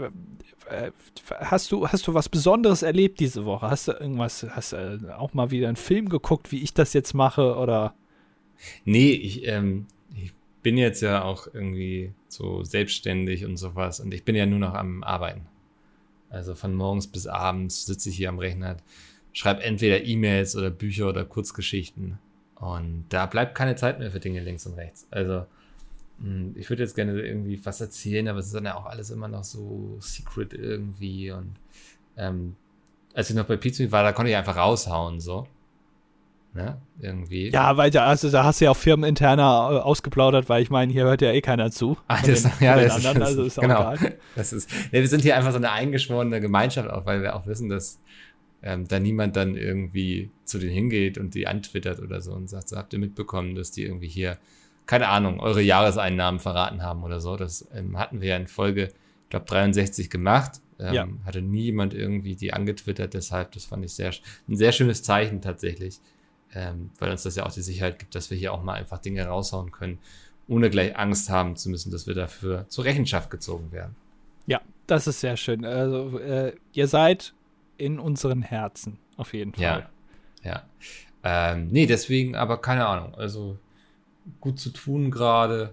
du was Besonderes erlebt diese Woche? Hast du auch mal wieder einen Film geguckt, wie ich das jetzt mache, oder? Nee, ich bin jetzt ja auch irgendwie so selbstständig und sowas und ich bin ja nur noch am Arbeiten. Also von morgens bis abends sitze ich hier am Rechner, schreibe entweder E-Mails oder Bücher oder Kurzgeschichten Und da bleibt keine Zeit mehr für Dinge links und rechts. Also, ich würde jetzt gerne irgendwie was erzählen, aber es ist dann ja auch alles immer noch so secret irgendwie. Und als ich noch bei Pizza war, da konnte ich einfach raushauen, so. Ne? Irgendwie. Ja, weil da hast du ja auch firmeninterner ausgeplaudert, weil ich meine, hier hört ja eh keiner zu. Also ist auch genau. Egal. Wir sind hier einfach so eine eingeschworene Gemeinschaft auch, weil wir auch wissen, dass da niemand dann irgendwie zu denen hingeht und die antwittert oder so und sagt, so habt ihr mitbekommen, dass die irgendwie hier, keine Ahnung, eure Jahreseinnahmen verraten haben oder so. Das hatten wir ja in Folge, ich glaube, 63 gemacht. Hatte nie jemand irgendwie die angetwittert, deshalb, das fand ich ein sehr schönes Zeichen tatsächlich. Weil uns das ja auch die Sicherheit gibt, dass wir hier auch mal einfach Dinge raushauen können, ohne gleich Angst haben zu müssen, dass wir dafür zur Rechenschaft gezogen werden. Ja, das ist sehr schön. Also, ihr seid in unseren Herzen, auf jeden Fall. Ja. Nee, deswegen, aber keine Ahnung. Also, gut zu tun gerade.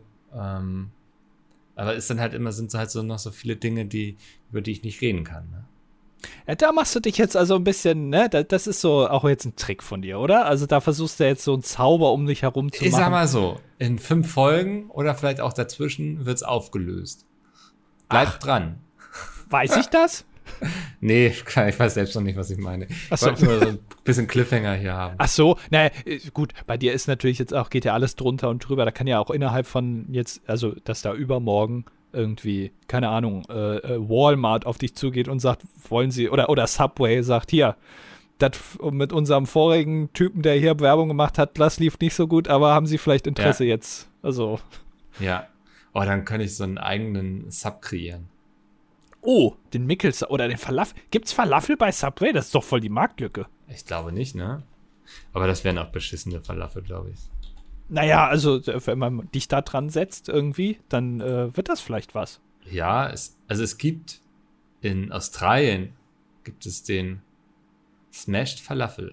Aber ist dann halt immer, sind halt so noch so viele Dinge, über die ich nicht reden kann, ne? Ja, da machst du dich jetzt also ein bisschen, ne, das ist so auch jetzt ein Trick von dir, oder? Also da versuchst du jetzt so einen Zauber um dich herum zu machen. Ich sag mal so, in 5 Folgen oder vielleicht auch dazwischen wird's aufgelöst. Bleibt dran. Weiß ich das? Nee, ich weiß selbst noch nicht, was ich meine. Ich wollte nur so ein bisschen Cliffhanger hier haben. Ach so, naja, gut, bei dir ist natürlich jetzt auch, geht ja alles drunter und drüber. Da kann ja auch innerhalb von jetzt, also dass da übermorgen irgendwie, keine Ahnung, Walmart auf dich zugeht und sagt, wollen sie, oder Subway sagt, hier, das mit unserem vorigen Typen, der hier Werbung gemacht hat, das lief nicht so gut, aber haben sie vielleicht Interesse jetzt? Also. Ja. Oh, dann kann ich so einen eigenen Sub kreieren. Oh, den Mickels oder den Falafel. Gibt's Falafel bei Subway? Das ist doch voll die Marktlücke. Ich glaube nicht, ne? Aber das wären auch beschissene Falafel, glaube ich. Naja, also wenn man dich da dran setzt irgendwie, dann wird das vielleicht was. Ja, es gibt in Australien gibt es den Smashed Falafel.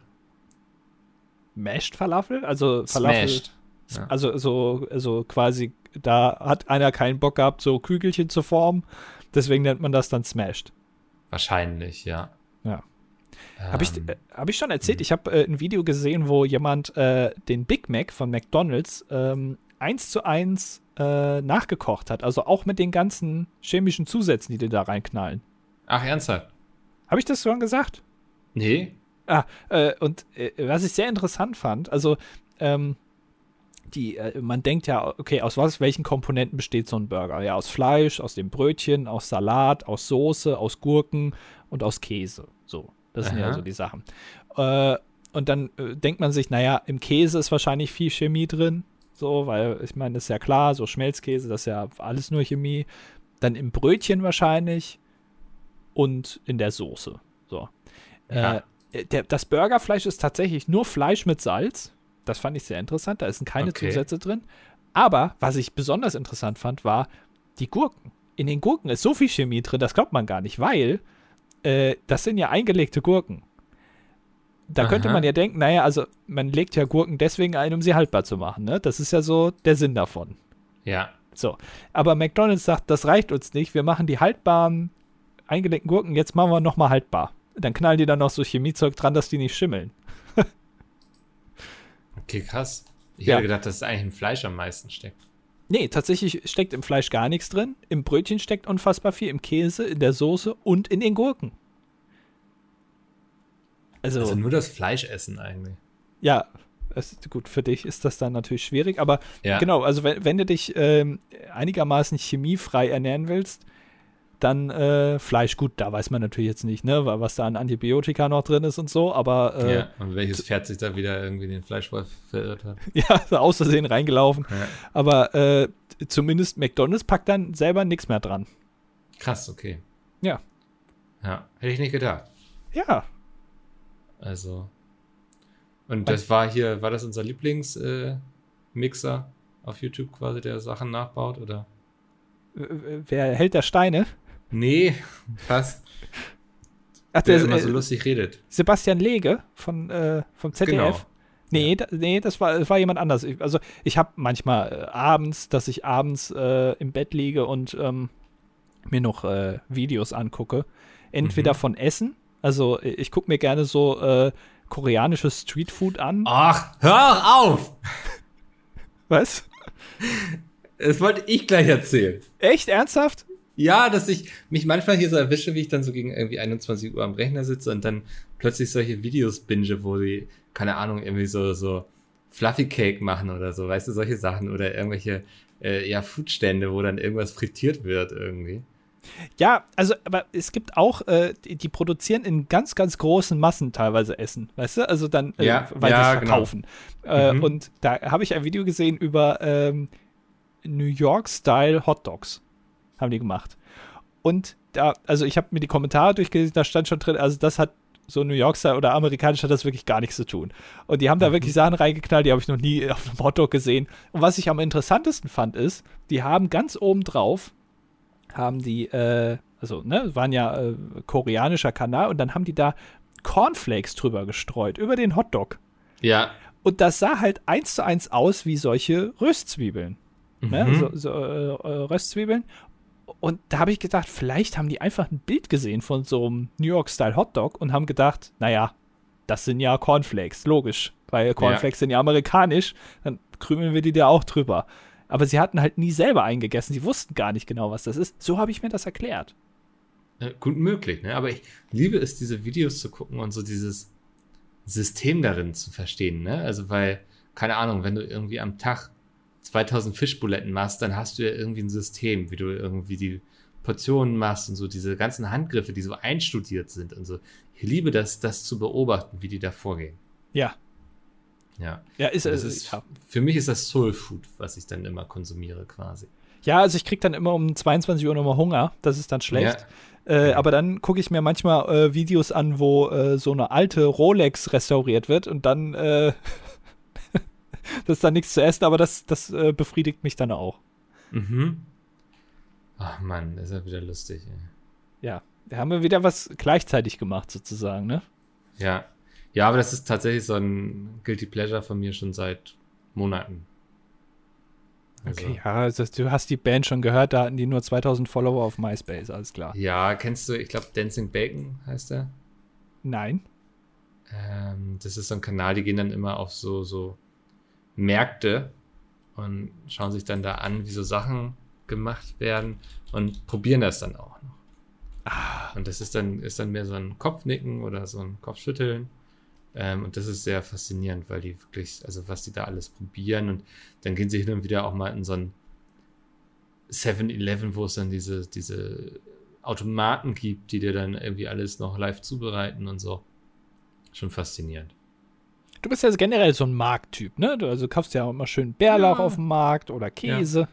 Mashed Falafel? Also Falafel. Smashed. Ja. Also so quasi, da hat einer keinen Bock gehabt, so Kügelchen zu formen. Deswegen nennt man das dann Smashed. Wahrscheinlich, ja. Ja. Hab ich schon erzählt, ich habe ein Video gesehen, wo jemand den Big Mac von McDonald's 1:1 nachgekocht hat. Also auch mit den ganzen chemischen Zusätzen, die da reinknallen. Ach, ernsthaft? Habe ich das schon gesagt? Nee. Was ich sehr interessant fand, also man denkt ja, okay, aus welchen Komponenten besteht so ein Burger? Ja, aus Fleisch, aus dem Brötchen, aus Salat, aus Soße, aus Gurken und aus Käse. So, das sind ja so die Sachen. Und dann denkt man sich, naja, im Käse ist wahrscheinlich viel Chemie drin, so, weil ich meine, das ist ja klar, so Schmelzkäse, das ist ja alles nur Chemie. Dann im Brötchen wahrscheinlich und in der Soße. So. Ja. Das Burgerfleisch ist tatsächlich nur Fleisch mit Salz. Das fand ich sehr interessant. Da sind keine Zusätze drin. Aber was ich besonders interessant fand, war die Gurken. In den Gurken ist so viel Chemie drin, das glaubt man gar nicht, weil das sind ja eingelegte Gurken. Da könnte man ja denken, naja, also man legt ja Gurken deswegen ein, um sie haltbar zu machen. Ne? Das ist ja so der Sinn davon. Ja. So. Aber McDonald's sagt, das reicht uns nicht. Wir machen die haltbaren eingelegten Gurken, jetzt machen wir nochmal haltbar. Dann knallen die dann noch so Chemiezeug dran, dass die nicht schimmeln. Okay, krass. Ich hätte gedacht, dass es eigentlich im Fleisch am meisten steckt. Nee, tatsächlich steckt im Fleisch gar nichts drin. Im Brötchen steckt unfassbar viel, im Käse, in der Soße und in den Gurken. Also nur das Fleisch essen eigentlich. Ja, gut, für dich ist das dann natürlich schwierig, aber genau, also wenn du dich einigermaßen chemiefrei ernähren willst, dann Fleisch, gut, da weiß man natürlich jetzt nicht, ne, was da an Antibiotika noch drin ist und so, aber und welches Pferd sich da wieder irgendwie den Fleischwolf verirrt hat. Ja, so aus Versehen reingelaufen. Ja. Aber zumindest McDonald's packt dann selber nichts mehr dran. Krass, okay. Ja. Ja, hätte ich nicht gedacht. Ja. Also. Und das war das unser Lieblingsmixer auf YouTube quasi, der Sachen nachbaut, oder? Wer hält der Steine? Nee, fast. Ach, der immer so lustig redet. Sebastian Lege vom ZDF? Genau. Nee, das war jemand anders. Ich habe manchmal dass ich abends im Bett liege und mir noch Videos angucke. Entweder von Essen, also ich gucke mir gerne so koreanisches Streetfood an. Ach, hör auf! Was? Das wollte ich gleich erzählen. Echt? Ernsthaft? Ja, dass ich mich manchmal hier so erwische, wie ich dann so gegen irgendwie 21 Uhr am Rechner sitze und dann plötzlich solche Videos binge, wo die, keine Ahnung, irgendwie so Fluffy Cake machen oder so, weißt du, solche Sachen oder irgendwelche, Foodstände, wo dann irgendwas frittiert wird irgendwie. Ja, also, aber es gibt auch, die produzieren in ganz, ganz großen Massen teilweise Essen, weißt du? Also dann, weil sie es verkaufen. Genau. Und da habe ich ein Video gesehen über New York-Style Hot Dogs. Haben die gemacht. Und da, also ich habe mir die Kommentare durchgelesen, da stand schon drin, also das hat so New York-Style oder amerikanisch hat das wirklich gar nichts zu tun. Und die haben da wirklich Sachen reingeknallt, die habe ich noch nie auf einem Hotdog gesehen. Und was ich am interessantesten fand, ist, die haben ganz oben drauf, haben die, waren ja koreanischer Kanal und dann haben die da Cornflakes drüber gestreut, über den Hotdog. Ja. Und das sah halt 1:1 aus wie solche Röstzwiebeln. Ne? Röstzwiebeln. Und da habe ich gedacht, vielleicht haben die einfach ein Bild gesehen von so einem New York-Style Hotdog und haben gedacht, naja, das sind ja Cornflakes, logisch, weil Cornflakes sind ja amerikanisch, dann krümeln wir die da auch drüber. Aber sie hatten halt nie selber eingegessen, sie wussten gar nicht genau, was das ist. So habe ich mir das erklärt. Gut möglich, ne? Aber ich liebe es, diese Videos zu gucken und so dieses System darin zu verstehen, ne? Also weil, keine Ahnung, wenn du irgendwie am Tag 2000 Fischbuletten machst, dann hast du ja irgendwie ein System, wie du irgendwie die Portionen machst und so diese ganzen Handgriffe, die so einstudiert sind und so. Ich liebe das zu beobachten, wie die da vorgehen. Ja. Ja. Ja, für mich ist das Soul Food, was ich dann immer konsumiere quasi. Ja, also ich krieg dann immer um 22 Uhr nochmal Hunger, das ist dann schlecht. Ja. Aber dann gucke ich mir manchmal Videos an, wo so eine alte Rolex restauriert wird und dann das ist dann nichts zu essen, aber das befriedigt mich dann auch. Mhm. Ach Mann, das ist ja wieder lustig. Ey. Ja, da haben wir wieder was gleichzeitig gemacht sozusagen, ne? Ja. Ja, aber das ist tatsächlich so ein Guilty Pleasure von mir schon seit Monaten. Also. Okay, ja, also du hast die Band schon gehört, da hatten die nur 2000 Follower auf MySpace, alles klar. Ja, kennst du, ich glaube Dancing Bacon heißt der? Nein. Das ist so ein Kanal, die gehen dann immer auf so Märkte und schauen sich dann da an, wie so Sachen gemacht werden und probieren das dann auch noch. Und das ist dann mehr so ein Kopfnicken oder so ein Kopfschütteln. Und das ist sehr faszinierend, weil die wirklich, also was die da alles probieren und dann gehen sie hin und wieder auch mal in so ein 7-Eleven, wo es dann diese Automaten gibt, die dir dann irgendwie alles noch live zubereiten und so. Schon faszinierend. Du bist ja generell so ein Markttyp, ne? Du kaufst ja auch immer schön Bärlauch auf dem Markt oder Käse.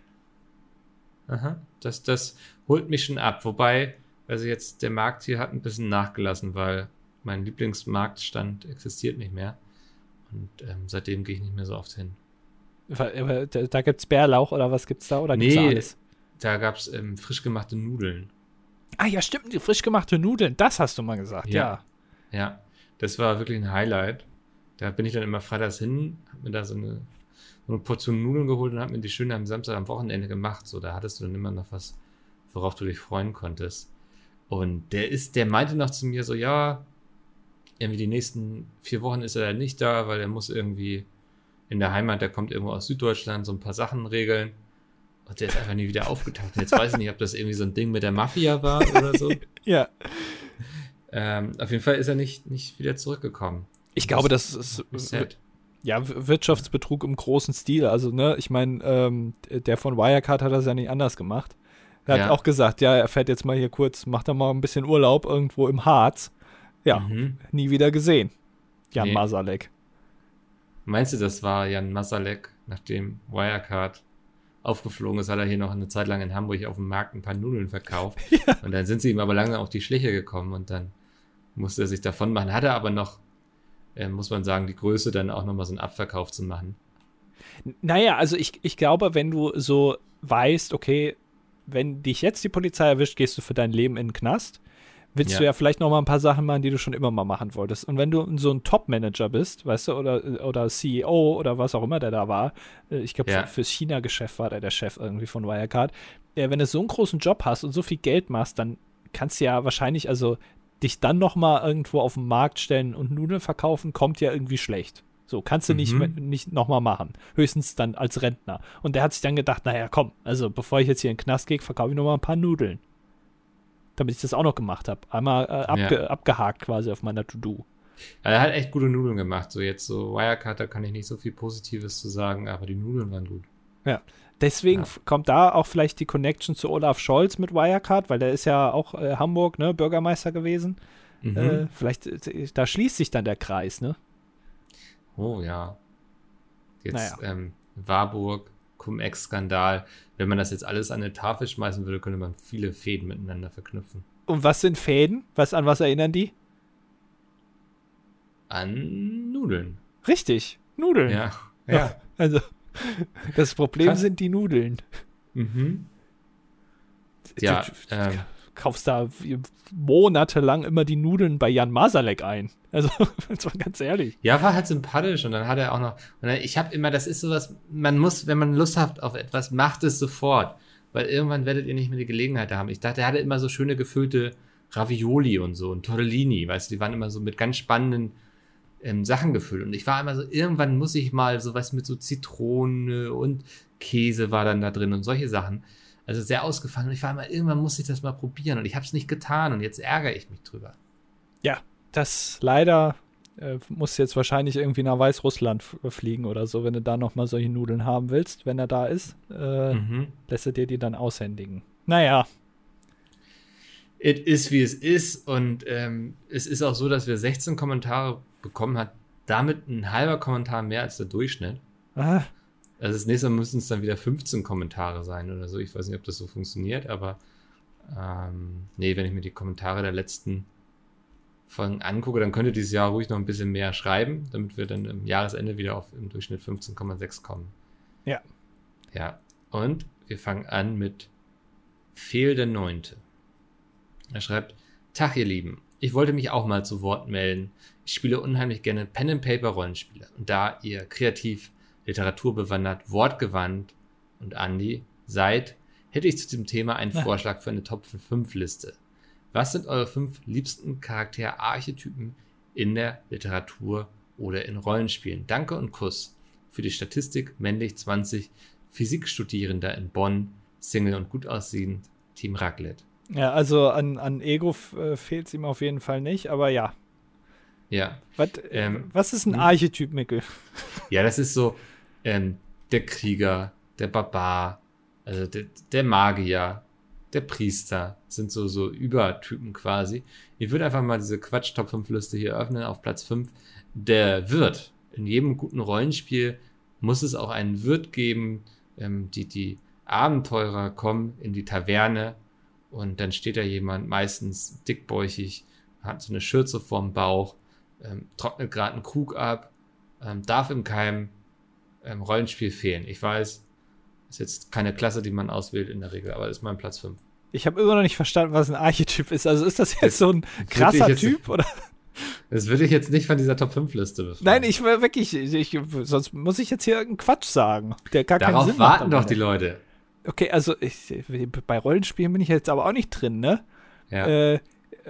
Ja. Aha, das holt mich schon ab. Wobei, also jetzt der Markt hier hat ein bisschen nachgelassen, weil mein Lieblingsmarktstand existiert nicht mehr. Und seitdem gehe ich nicht mehr so oft hin. Aber da gibt's Bärlauch oder was gibt's da? Oder gibt's da alles? Da gab's frisch gemachte Nudeln. Ah ja, stimmt, die frisch gemachte Nudeln, das hast du mal gesagt, ja. Ja, das war wirklich ein Highlight. Da bin ich dann immer freitags hin, hab mir da so eine Portion Nudeln geholt und hab mir die schön am Samstag am Wochenende gemacht. So, da hattest du dann immer noch was, worauf du dich freuen konntest. Und der meinte noch zu mir so, ja, irgendwie die nächsten 4 Wochen ist er dann nicht da, weil er muss irgendwie in der Heimat, der kommt irgendwo aus Süddeutschland, so ein paar Sachen regeln. Und der ist einfach nie wieder aufgetaucht. Und jetzt weiß ich nicht, ob das irgendwie so ein Ding mit der Mafia war oder so. Ja. Auf jeden Fall ist er nicht wieder zurückgekommen. Ich glaube, das ist Wirtschaftsbetrug im großen Stil. Also, ne, ich meine, der von Wirecard hat das ja nicht anders gemacht. Er hat auch gesagt, ja, er fährt jetzt mal hier kurz, macht da mal ein bisschen Urlaub irgendwo im Harz. Ja, nie wieder gesehen. Jan Masalek. Meinst du, das war Jan Masalek, nachdem Wirecard aufgeflogen ist, hat er hier noch eine Zeit lang in Hamburg auf dem Markt ein paar Nudeln verkauft. Ja. Und dann sind sie ihm aber langsam auf die Schliche gekommen und dann musste er sich davon machen. Hat er aber noch, muss man sagen, die Größe, dann auch nochmal so einen Abverkauf zu machen. Naja, also ich glaube, wenn du so weißt, okay, wenn dich jetzt die Polizei erwischt, gehst du für dein Leben in den Knast, willst du ja vielleicht noch mal ein paar Sachen machen, die du schon immer mal machen wolltest. Und wenn du so ein Top-Manager bist, weißt du, oder CEO oder was auch immer der da war, ich glaube, fürs China-Geschäft war der Chef irgendwie von Wirecard, wenn du so einen großen Job hast und so viel Geld machst, dann kannst du ja wahrscheinlich, also dich dann noch mal irgendwo auf den Markt stellen und Nudeln verkaufen, kommt ja irgendwie schlecht. So, kannst du nicht noch mal machen. Höchstens dann als Rentner. Und der hat sich dann gedacht, naja, komm, also bevor ich jetzt hier in den Knast gehe, verkaufe ich noch mal ein paar Nudeln. Damit ich das auch noch gemacht habe. Einmal abgehakt quasi auf meiner To-Do. Ja, er hat echt gute Nudeln gemacht. So jetzt so Wirecard, da kann ich nicht so viel Positives zu sagen, aber die Nudeln waren gut. Ja, deswegen kommt da auch vielleicht die Connection zu Olaf Scholz mit Wirecard, weil der ist ja auch Hamburg, ne, Bürgermeister gewesen. Vielleicht, da schließt sich dann der Kreis, ne? Oh ja. Jetzt Warburg, Cum-Ex-Skandal. Wenn man das jetzt alles an eine Tafel schmeißen würde, könnte man viele Fäden miteinander verknüpfen. Und was sind Fäden? An was erinnern die? An Nudeln. Richtig, Nudeln. Ja. Also, das Problem sind die Nudeln. Ja, du kaufst da monatelang immer die Nudeln bei Jan Masalek ein. Also, das war ganz ehrlich. Ja, war halt sympathisch und dann hat er auch noch, und dann, ich habe immer, das ist sowas, man muss, wenn man Lust hat auf etwas, macht es sofort, weil irgendwann werdet ihr nicht mehr die Gelegenheit haben. Ich dachte, er hatte immer so schöne gefüllte Ravioli und so und Tortellini, weißt du, die waren immer so mit ganz spannenden Sachen gefüllt und ich war immer so, irgendwann muss ich mal sowas mit so Zitrone und Käse war dann da drin und solche Sachen. Also sehr ausgefallen und ich war immer, irgendwann muss ich das mal probieren und ich habe es nicht getan und jetzt ärgere ich mich drüber. Ja, das leider muss jetzt wahrscheinlich irgendwie nach Weißrussland fliegen oder so, wenn du da nochmal solche Nudeln haben willst, wenn er da ist, lässt er dir die dann aushändigen. Naja. Es ist, wie es ist und es ist auch so, dass wir 16 Kommentare bekommen haben, damit ein halber Kommentar mehr als der Durchschnitt. Aha. Also das nächste Mal müssen es dann wieder 15 Kommentare sein oder so. Ich weiß nicht, ob das so funktioniert, aber nee, wenn ich mir die Kommentare der letzten Folgen angucke, dann könnte dieses Jahr ruhig noch ein bisschen mehr schreiben, damit wir dann im Jahresende wieder auf im Durchschnitt 15,6 kommen. Ja. Ja, und wir fangen an mit Fehl der Neunte. Er schreibt, Tag, ihr Lieben. Ich wollte mich auch mal zu Wort melden. Ich spiele unheimlich gerne Pen-and-Paper-Rollenspiele. Und da ihr kreativ literaturbewandert, wortgewandt und Andi seid, hätte ich zu dem Thema einen Vorschlag für eine Top-5-Liste. Was sind eure 5 liebsten Charakterarchetypen in der Literatur oder in Rollenspielen? Danke und Kuss. Für die Statistik männlich 20, Physikstudierender in Bonn, Single und gut aussehend, Team Raclette. Ja, also an Ego fehlt es ihm auf jeden Fall nicht, aber ja. Ja. Was ist ein Archetyp, Mikkel? Ja, das ist so der Krieger, der Barbar, also der Magier, der Priester, sind so Übertypen quasi. Ich würde einfach mal diese Quatsch-Top-5-Liste hier öffnen auf Platz 5. Der Wirt. In jedem guten Rollenspiel muss es auch einen Wirt geben. Die Abenteurer kommen in die Taverne und dann steht da jemand, meistens dickbäuchig, hat so eine Schürze vorm Bauch, trocknet gerade einen Krug ab, darf in keinem Rollenspiel fehlen. Ich weiß, ist jetzt keine Klasse, die man auswählt in der Regel, aber das ist mein Platz 5. Ich habe immer noch nicht verstanden, was ein Archetyp ist. Also ist das jetzt so ein krasser Typ, oder? Das würde ich jetzt nicht von dieser Top-5-Liste befragen. Nein, ich wirklich, sonst muss ich jetzt hier irgendeinen Quatsch sagen, der gar keinen Sinn macht. Darauf warten doch die Leute. Okay, also bei Rollenspielen bin ich jetzt aber auch nicht drin, ne? Ja.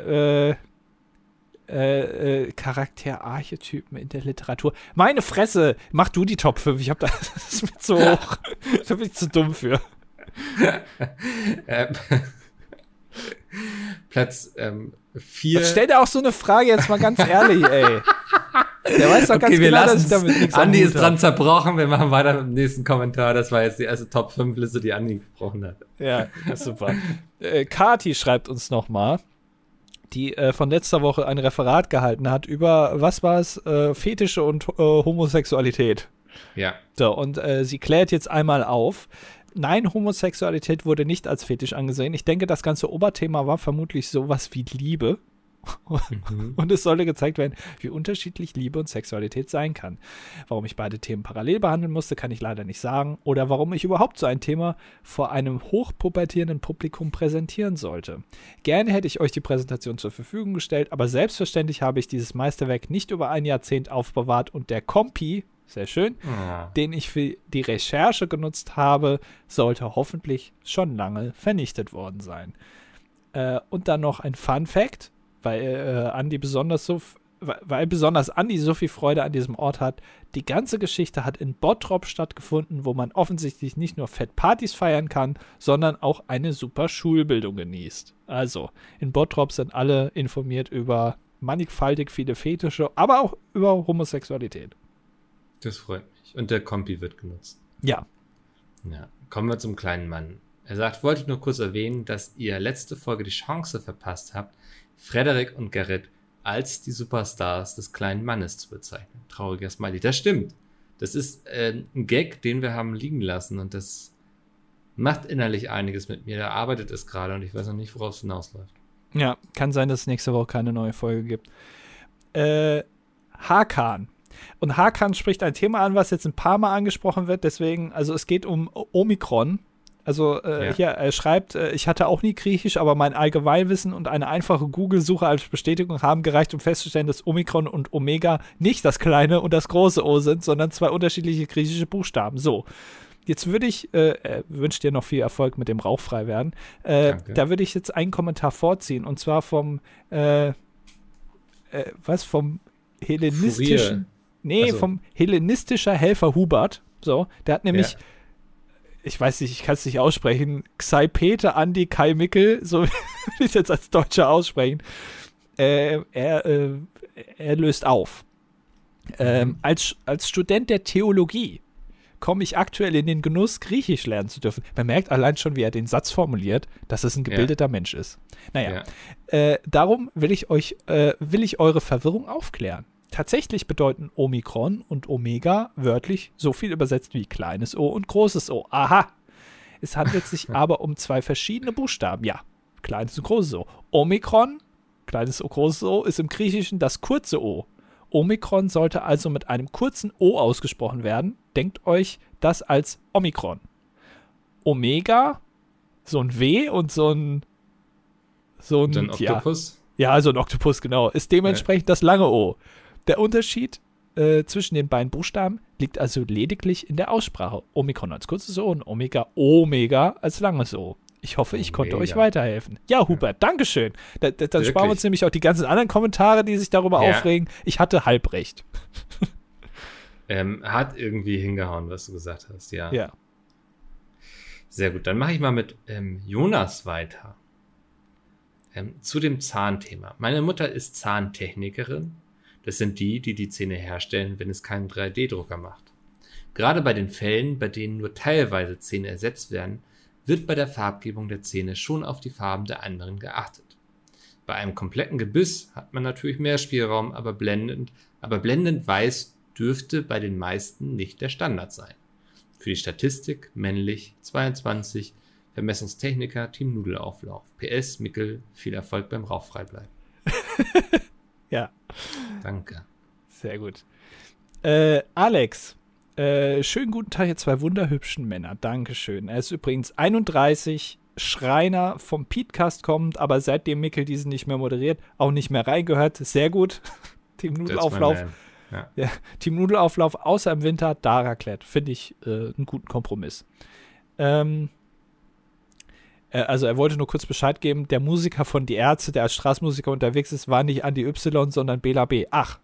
Charakterarchetypen in der Literatur. Meine Fresse, mach du die Top 5. Ich hab das ist mir zu hoch. Da bin ich zu dumm für. Platz 4. Stell dir auch so eine Frage jetzt mal ganz ehrlich, ey. Der weiß doch ganz genau, dass ich damit nichts Andi ist dran zerbrochen. Wir machen weiter mit dem nächsten Kommentar. Das war jetzt die erste Top-5-Liste, die Andi gebrochen hat. Ja, das ist super. Kati schreibt uns nochmal, die von letzter Woche ein Referat gehalten hat über, was war es, Fetische und Homosexualität. Ja. So, und sie klärt jetzt einmal auf. Nein, Homosexualität wurde nicht als Fetisch angesehen. Ich denke, das ganze Oberthema war vermutlich sowas wie Liebe. Und es sollte gezeigt werden, wie unterschiedlich Liebe und Sexualität sein kann. Warum ich beide Themen parallel behandeln musste, kann ich leider nicht sagen. Oder warum ich überhaupt so ein Thema vor einem hochpubertierenden Publikum präsentieren sollte. Gerne hätte ich euch die Präsentation zur Verfügung gestellt, aber selbstverständlich habe ich dieses Meisterwerk nicht über ein Jahrzehnt aufbewahrt und der Kompi, sehr schön, den ich für die Recherche genutzt habe, sollte hoffentlich schon lange vernichtet worden sein. Und dann noch ein Fun-Fact, weil Andi besonders Andi so viel Freude an diesem Ort hat. Die ganze Geschichte hat in Bottrop stattgefunden, wo man offensichtlich nicht nur Fettpartys feiern kann, sondern auch eine super Schulbildung genießt. Also, in Bottrop sind alle informiert über mannigfaltig viele Fetische, aber auch über Homosexualität. Das freut mich. Und der Kompi wird genutzt. Ja. Ja. Kommen wir zum kleinen Mann. Er sagt, wollte ich nur kurz erwähnen, dass ihr letzte Folge die Chance verpasst habt, Frederik und Gerrit als die Superstars des kleinen Mannes zu bezeichnen. Trauriger Smiley. Das stimmt. Das ist ein Gag, den wir haben liegen lassen und das macht innerlich einiges mit mir. Da arbeitet es gerade und ich weiß noch nicht, worauf es hinausläuft. Ja, kann sein, dass es nächste Woche keine neue Folge gibt. Hakan. Und Hakan spricht ein Thema an, was jetzt ein paar Mal angesprochen wird. Deswegen, also es geht um Omikron. Also hier, er schreibt, ich hatte auch nie Griechisch, aber mein Allgemeinwissen und eine einfache Google-Suche als Bestätigung haben gereicht, um festzustellen, dass Omikron und Omega nicht das kleine und das große O sind, sondern zwei unterschiedliche griechische Buchstaben. So, jetzt würde ich, wünsche dir noch viel Erfolg mit dem Rauchfreiwerden, da würde ich jetzt einen Kommentar vorziehen, und zwar vom hellenistischen, vom hellenistischer Helfer Hubert. So, der hat nämlich ich weiß nicht, ich kann es nicht aussprechen, Xai-Peter Andi Kai Mickel, so will ich es jetzt als Deutscher aussprechen, er löst auf. Als Student der Theologie komme ich aktuell in den Genuss, Griechisch lernen zu dürfen. Man merkt allein schon, wie er den Satz formuliert, dass es ein gebildeter Mensch ist. Naja, darum will ich eure Verwirrung aufklären. Tatsächlich bedeuten Omikron und Omega wörtlich so viel übersetzt wie kleines O und großes O. Aha! Es handelt sich aber um zwei verschiedene Buchstaben. Ja, kleines und großes O. Omikron, kleines O, großes O, ist im Griechischen das kurze O. Omikron sollte also mit einem kurzen O ausgesprochen werden. Denkt euch das als Omikron. Omega, so ein W und so ein Oktopus? Ja, so ein Oktopus, genau. Ist dementsprechend das lange O. Der Unterschied zwischen den beiden Buchstaben liegt also lediglich in der Aussprache. Omikron als kurzes O und Omega als langes O. Ich hoffe, ich konnte euch weiterhelfen. Ja, Hubert, Dankeschön. Dann sparen wir uns nämlich auch die ganzen anderen Kommentare, die sich darüber aufregen. Ich hatte halb recht. Hat irgendwie hingehauen, was du gesagt hast, ja. Ja. Sehr gut, dann mache ich mal mit Jonas weiter. Zu dem Zahnthema. Meine Mutter ist Zahntechnikerin. Das sind die Zähne herstellen, wenn es keinen 3D-Drucker macht. Gerade bei den Fällen, bei denen nur teilweise Zähne ersetzt werden, wird bei der Farbgebung der Zähne schon auf die Farben der anderen geachtet. Bei einem kompletten Gebiss hat man natürlich mehr Spielraum, aber blendend weiß dürfte bei den meisten nicht der Standard sein. Für die Statistik männlich 22, Vermessungstechniker, Team Nudelauflauf. PS, Mickel, viel Erfolg beim Rauchfreibleiben. Ja. Danke. Sehr gut. Alex, schönen guten Tag, ihr zwei wunderhübschen Männer. Dankeschön. Er ist übrigens 31, Schreiner, vom Podcast kommt, aber seitdem Mickel diesen nicht mehr moderiert, auch nicht mehr reingehört. Sehr gut. Team Nudelauflauf. Ja, Team Nudelauflauf, außer im Winter, da Raclette. Finde ich einen guten Kompromiss. Also er wollte nur kurz Bescheid geben, der Musiker von Die Ärzte, der als Straßenmusiker unterwegs ist, war nicht Andi Y, sondern Bela B. Ach.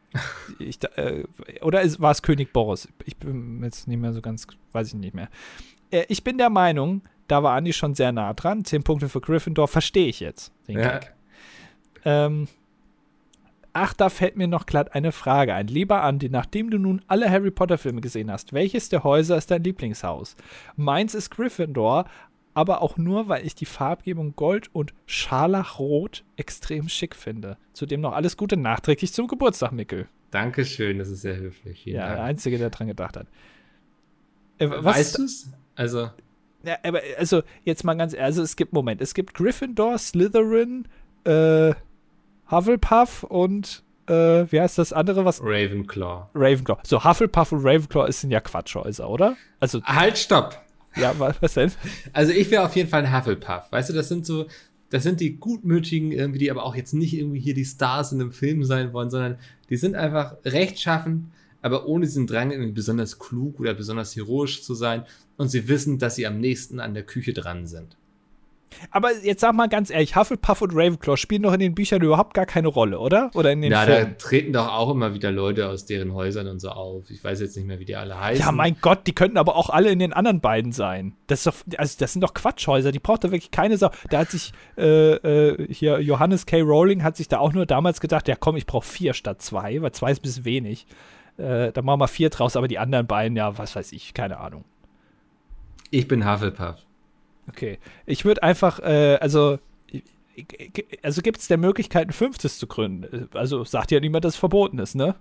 Oder war es König Boris? Ich bin jetzt nicht mehr so ganz, weiß ich nicht mehr. Ich bin der Meinung, da war Andi schon sehr nah dran. 10 Punkte für Gryffindor, verstehe ich jetzt. Den Gag. Ach, da fällt mir noch glatt eine Frage ein. Lieber Andi, nachdem du nun alle Harry Potter Filme gesehen hast, welches der Häuser ist dein Lieblingshaus? Meins ist Gryffindor, aber auch nur, weil ich die Farbgebung Gold und Scharlachrot extrem schick finde. Zudem noch alles Gute nachträglich zum Geburtstag, Mickel. Dankeschön, das ist sehr höflich. Ja, der Einzige, der dran gedacht hat. Weißt du es? Also. Ja, aber also jetzt mal ganz, also es gibt Gryffindor, Slytherin, Hufflepuff und wie heißt das andere, was? Ravenclaw. So, Hufflepuff und Ravenclaw sind ja Quatschhäuser, oder? Also. Halt, stopp! Ja, was denn? Also ich wäre auf jeden Fall ein Hufflepuff. Weißt du, das sind die Gutmütigen irgendwie, die aber auch jetzt nicht irgendwie hier die Stars in einem Film sein wollen, sondern die sind einfach rechtschaffend, aber ohne diesen Drang irgendwie besonders klug oder besonders heroisch zu sein und sie wissen, dass sie am nächsten an der Küche dran sind. Aber jetzt sag mal ganz ehrlich, Hufflepuff und Ravenclaw spielen doch in den Büchern überhaupt gar keine Rolle, oder? Oder in den Filmen? Da treten doch auch immer wieder Leute aus deren Häusern und so auf. Ich weiß jetzt nicht mehr, wie die alle heißen. Ja, mein Gott, die könnten aber auch alle in den anderen beiden sein. Das ist doch, also das sind doch Quatschhäuser, die braucht doch wirklich keine Sau. Da hat sich hier Johannes K. Rowling hat sich da auch nur damals gedacht, ja komm, ich brauche 4 statt 2, weil 2 ist ein bisschen wenig. Da machen wir 4 draus, aber die anderen beiden, ja, was weiß ich, keine Ahnung. Ich bin Hufflepuff. Okay. Ich würde einfach, also gibt es der Möglichkeit, ein 5. zu gründen? Also sagt ja niemand, dass es verboten ist, ne?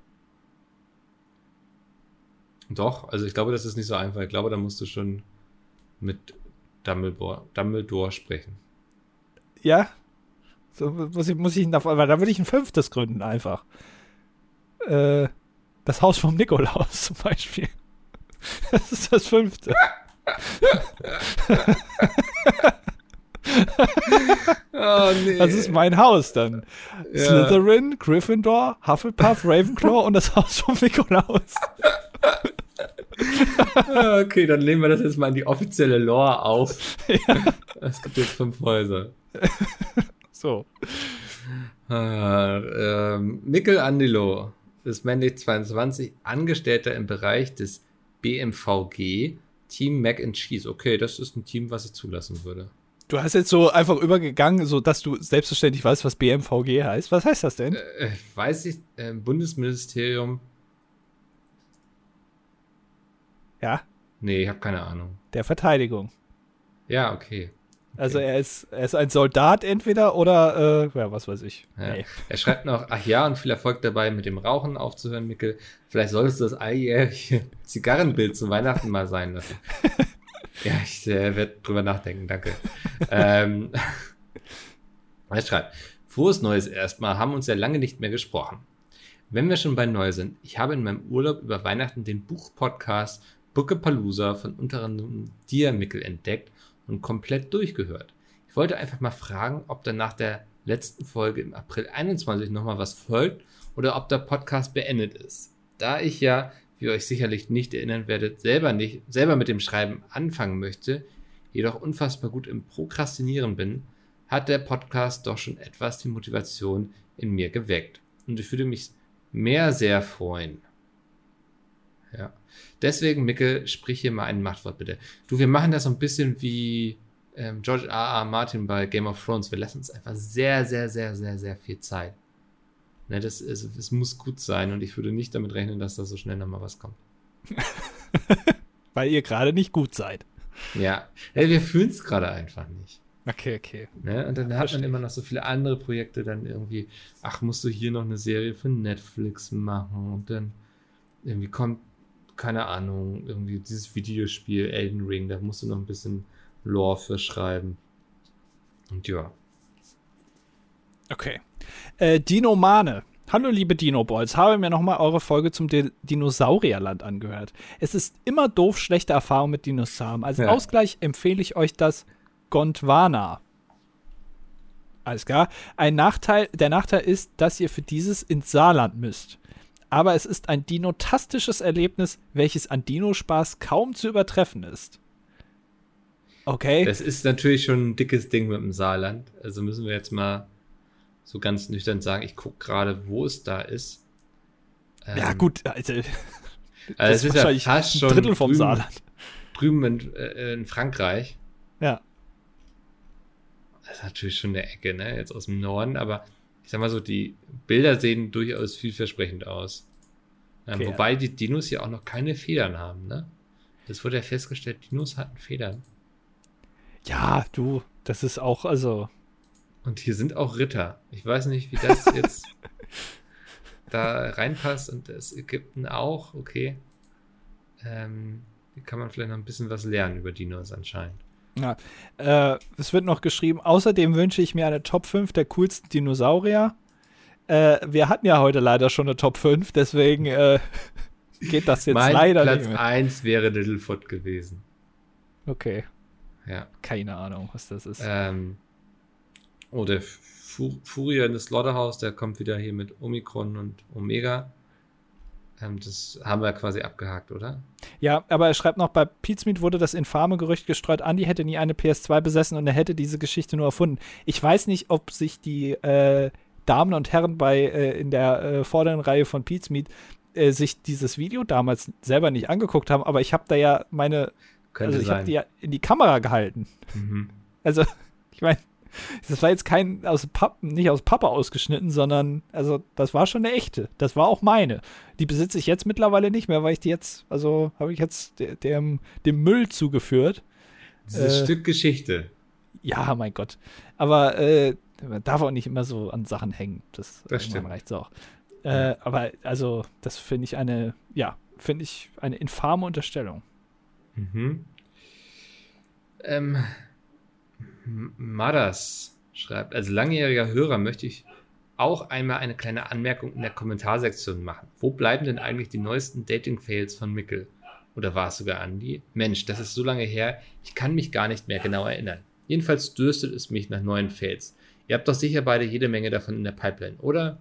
Doch, also ich glaube, das ist nicht so einfach. Ich glaube, da musst du schon mit Dumbledore sprechen. Ja? So muss ich weil da würde ich ein 5. gründen, einfach. Das Haus vom Nikolaus zum Beispiel. Das ist das 5. Oh, nee. Das ist mein Haus dann. Ja. Slytherin, Gryffindor, Hufflepuff, Ravenclaw und das Haus vom Nikolaus. Okay, dann nehmen wir das jetzt mal in die offizielle Lore auf. Ja. Es gibt jetzt 5 Häuser. So. Michelangelo ist männlich 22, Angestellter im Bereich des BMVG, Team Mac and Cheese. Okay, das ist ein Team, was ich zulassen würde. Du hast jetzt so einfach übergegangen, so dass du selbstverständlich weißt, was BMVG heißt. Was heißt das denn? Weiß ich, Bundesministerium. Ja, Nee, ich habe keine Ahnung. der Verteidigung. Ja, okay. Also er ist ein Soldat entweder oder, ja, was weiß ich. Ja. Nee. Er schreibt noch, ach ja, und viel Erfolg dabei, mit dem Rauchen aufzuhören, Mikkel. Vielleicht solltest du das alljährliche Zigarrenbild zu Weihnachten mal sein lassen. Ja, ich werde drüber nachdenken, danke. Er schreibt, frohes Neues erstmal, haben uns ja lange nicht mehr gesprochen. Wenn wir schon bei neu sind, ich habe in meinem Urlaub über Weihnachten den Buchpodcast Bookapalooza von unter anderem dir, Mikkel, entdeckt und komplett durchgehört. Ich wollte einfach mal fragen, ob dann nach der letzten Folge im April 21 nochmal was folgt oder ob der Podcast beendet ist. Da ich ja, wie ihr euch sicherlich nicht erinnern werdet, selber mit dem Schreiben anfangen möchte, jedoch unfassbar gut im Prokrastinieren bin, hat der Podcast doch schon etwas die Motivation in mir geweckt. Und ich würde mich sehr freuen. Ja. Deswegen, Mikkel, sprich hier mal ein Machtwort, bitte. Du, wir machen das so ein bisschen wie George R.R. Martin bei Game of Thrones. Wir lassen uns einfach sehr viel Zeit. Ne, es muss gut sein und ich würde nicht damit rechnen, dass da so schnell nochmal was kommt. Weil ihr gerade nicht gut seid. Ja, wir fühlen es gerade einfach nicht. Okay. Ne? Und dann hat man immer noch so viele andere Projekte, dann irgendwie, ach, musst du hier noch eine Serie für Netflix machen und dann irgendwie kommt, keine Ahnung, irgendwie dieses Videospiel Elden Ring, da musst du noch ein bisschen Lore für schreiben. Und ja. Okay. Dino Mane. Hallo liebe Dino Boys, habe mir nochmal eure Folge zum Dinosaurierland angehört. Es ist immer doof, schlechte Erfahrungen mit Dinos zu haben. Als Ausgleich empfehle ich euch das Gondwana. Alles klar. Der Nachteil ist, dass ihr für dieses ins Saarland müsst. Aber es ist ein dinotastisches Erlebnis, welches an Dino-Spaß kaum zu übertreffen ist. Okay. Das ist natürlich schon ein dickes Ding mit dem Saarland. Also müssen wir jetzt mal so ganz nüchtern sagen, ich gucke gerade, wo es da ist. Ja gut, also es ist ja fast schon ein Drittel vom Saarland. Drüben in Frankreich. Ja. Das ist natürlich schon eine Ecke, ne? Jetzt aus dem Norden, aber ich sag mal so, die Bilder sehen durchaus vielversprechend aus. Okay, wobei die Dinos hier auch noch keine Federn haben, ne? Das wurde ja festgestellt, Dinos hatten Federn. Ja, du, das ist auch, also. Und hier sind auch Ritter. Ich weiß nicht, wie das jetzt da reinpasst und das Ägypten auch, okay. Hier kann man vielleicht noch ein bisschen was lernen über Dinos anscheinend. Ja, es wird noch geschrieben, außerdem wünsche ich mir eine Top 5 der coolsten Dinosaurier. Wir hatten ja heute leider schon eine Top 5, deswegen geht das jetzt leider Platz nicht mehr. Platz 1 wäre Littlefoot gewesen. Okay. Ja. Keine Ahnung, was das ist. Der Furia in das Slaughterhouse, der kommt wieder hier mit Omikron und Omega. Das haben wir quasi abgehakt, oder? Ja, aber er schreibt noch, bei Pizmeet wurde das infame Gerücht gestreut, Andy hätte nie eine PS2 besessen und er hätte diese Geschichte nur erfunden. Ich weiß nicht, ob sich die Damen und Herren in der vorderen Reihe von Pizmeet sich dieses Video damals selber nicht angeguckt haben, aber ich habe da ja ich habe die ja in die Kamera gehalten. Mhm. Also, ich meine, das war jetzt nicht aus Pappe ausgeschnitten, sondern, also, das war schon eine echte. Das war auch meine. Die besitze ich jetzt mittlerweile nicht mehr, weil ich die jetzt, also, habe ich jetzt dem Müll zugeführt. Dieses Stück Geschichte. Ja, mein Gott. Aber man darf auch nicht immer so an Sachen hängen. Das stimmt. Reicht's auch. Aber, also, das finde ich eine infame Unterstellung. Mhm. Madas schreibt, als langjähriger Hörer möchte ich auch einmal eine kleine Anmerkung in der Kommentarsektion machen. Wo bleiben denn eigentlich die neuesten Dating-Fails von Mikkel? Oder war es sogar Andi? Mensch, das ist so lange her, ich kann mich gar nicht mehr genau erinnern. Jedenfalls dürstet es mich nach neuen Fails. Ihr habt doch sicher beide jede Menge davon in der Pipeline, oder?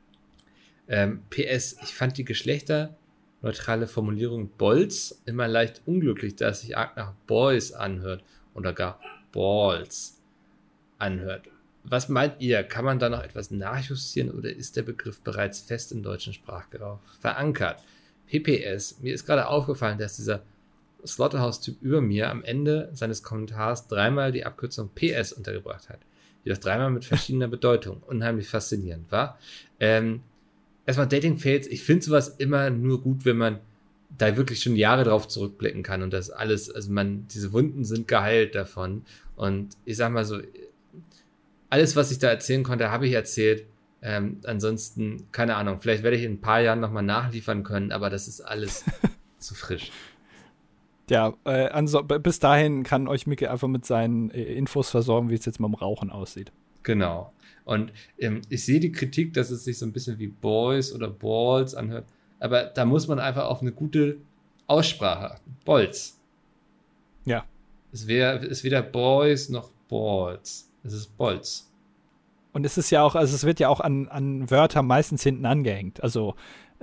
PS, ich fand die geschlechterneutrale Formulierung Bolz immer leicht unglücklich, da es sich arg nach Boys anhört oder gar Balls anhört. Was meint ihr? Kann man da noch etwas nachjustieren oder ist der Begriff bereits fest im deutschen Sprachgebrauch verankert? PPS, mir ist gerade aufgefallen, dass dieser Slaughterhouse-Typ über mir am Ende seines Kommentars dreimal die Abkürzung PS untergebracht hat. Jedoch dreimal mit verschiedener Bedeutung. Unheimlich faszinierend, wa? Erstmal Dating-Fails. Ich finde sowas immer nur gut, wenn man da wirklich schon Jahre drauf zurückblicken kann und das alles, also diese Wunden sind geheilt davon. Und ich sag mal so, alles, was ich da erzählen konnte, habe ich erzählt. Ansonsten, keine Ahnung, vielleicht werde ich in ein paar Jahren nochmal nachliefern können, aber das ist alles zu frisch. Ja, bis dahin kann euch Mikkel einfach mit seinen Infos versorgen, wie es jetzt mit dem Rauchen aussieht. Genau. Und ich sehe die Kritik, dass es sich so ein bisschen wie Boys oder Balls anhört, aber da muss man einfach auf eine gute Aussprache achten. Bolz. Ja. Es ist weder Boys noch Balls. Es ist Bolz. Und es ist ja auch, also es wird ja auch an Wörter meistens hinten angehängt. Also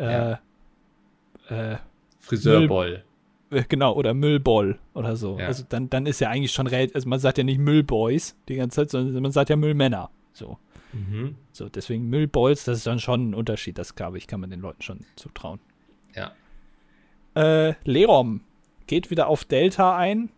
Friseurboll. Genau, oder Müllboll oder so. Ja. Also dann ist ja eigentlich schon also man sagt ja nicht Müllboys die ganze Zeit, sondern man sagt ja Müllmänner. So. Mhm. So, deswegen Müllbolz, das ist dann schon ein Unterschied, das glaube ich, kann man den Leuten schon zutrauen. Ja. Lerom geht wieder auf Delta ein.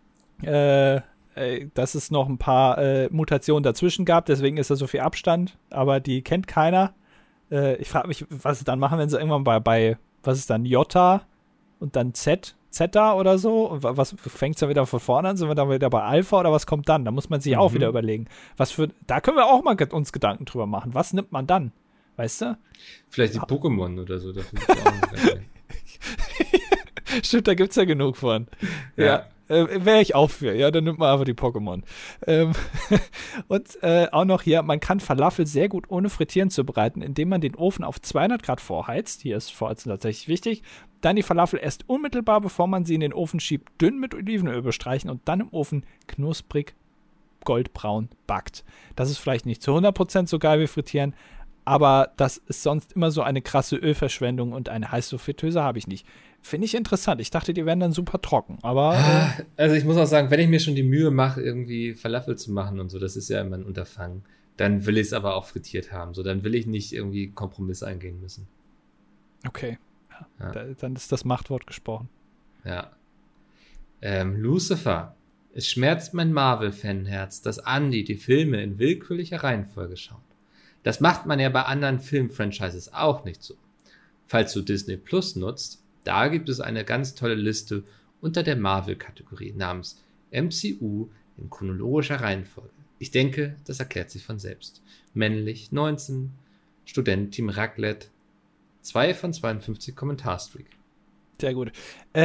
Dass es noch ein paar Mutationen dazwischen gab, deswegen ist da so viel Abstand, aber die kennt keiner. Ich frage mich, was sie dann machen, wenn sie irgendwann bei was ist dann, Jota und dann Zeta oder so? Und was fängt es dann wieder von vorne an? Sind wir dann wieder bei Alpha oder was kommt dann? Da muss man sich auch wieder überlegen. Da können wir auch mal uns Gedanken drüber machen. Was nimmt man dann? Weißt du? Vielleicht die Pokémon oder so. Stimmt, da gibt's ja genug von. Ja. Wäre ich auch für. Ja, dann nimmt man einfach die Pokémon. Und auch noch hier, man kann Falafel sehr gut ohne Frittieren zubereiten, indem man den Ofen auf 200 Grad vorheizt. Hier ist Vorheizen tatsächlich wichtig. Dann die Falafel erst unmittelbar, bevor man sie in den Ofen schiebt, dünn mit Olivenöl bestreichen und dann im Ofen knusprig goldbraun backt. Das ist vielleicht nicht zu 100% so geil wie Frittieren, aber das ist sonst immer so eine krasse Ölverschwendung und eine heiße Fritteuse habe ich nicht. Finde ich interessant. Ich dachte, die wären dann super trocken, aber also ich muss auch sagen, wenn ich mir schon die Mühe mache, irgendwie Falafel zu machen und so, das ist ja immer ein Unterfangen, dann will ich es aber auch frittiert haben. So, dann will ich nicht irgendwie Kompromisse eingehen müssen. Okay. Ja. Dann ist das Machtwort gesprochen. Ja. Lucifer. Es schmerzt mein Marvel-Fanherz, dass Andy die Filme in willkürlicher Reihenfolge schaut. Das macht man ja bei anderen Film-Franchises auch nicht so. Falls du Disney Plus nutzt, da gibt es eine ganz tolle Liste unter der Marvel-Kategorie namens MCU in chronologischer Reihenfolge. Ich denke, das erklärt sich von selbst. Männlich, 19, Student, Team Raclette, 2 von 52 Kommentarstreak. Sehr gut.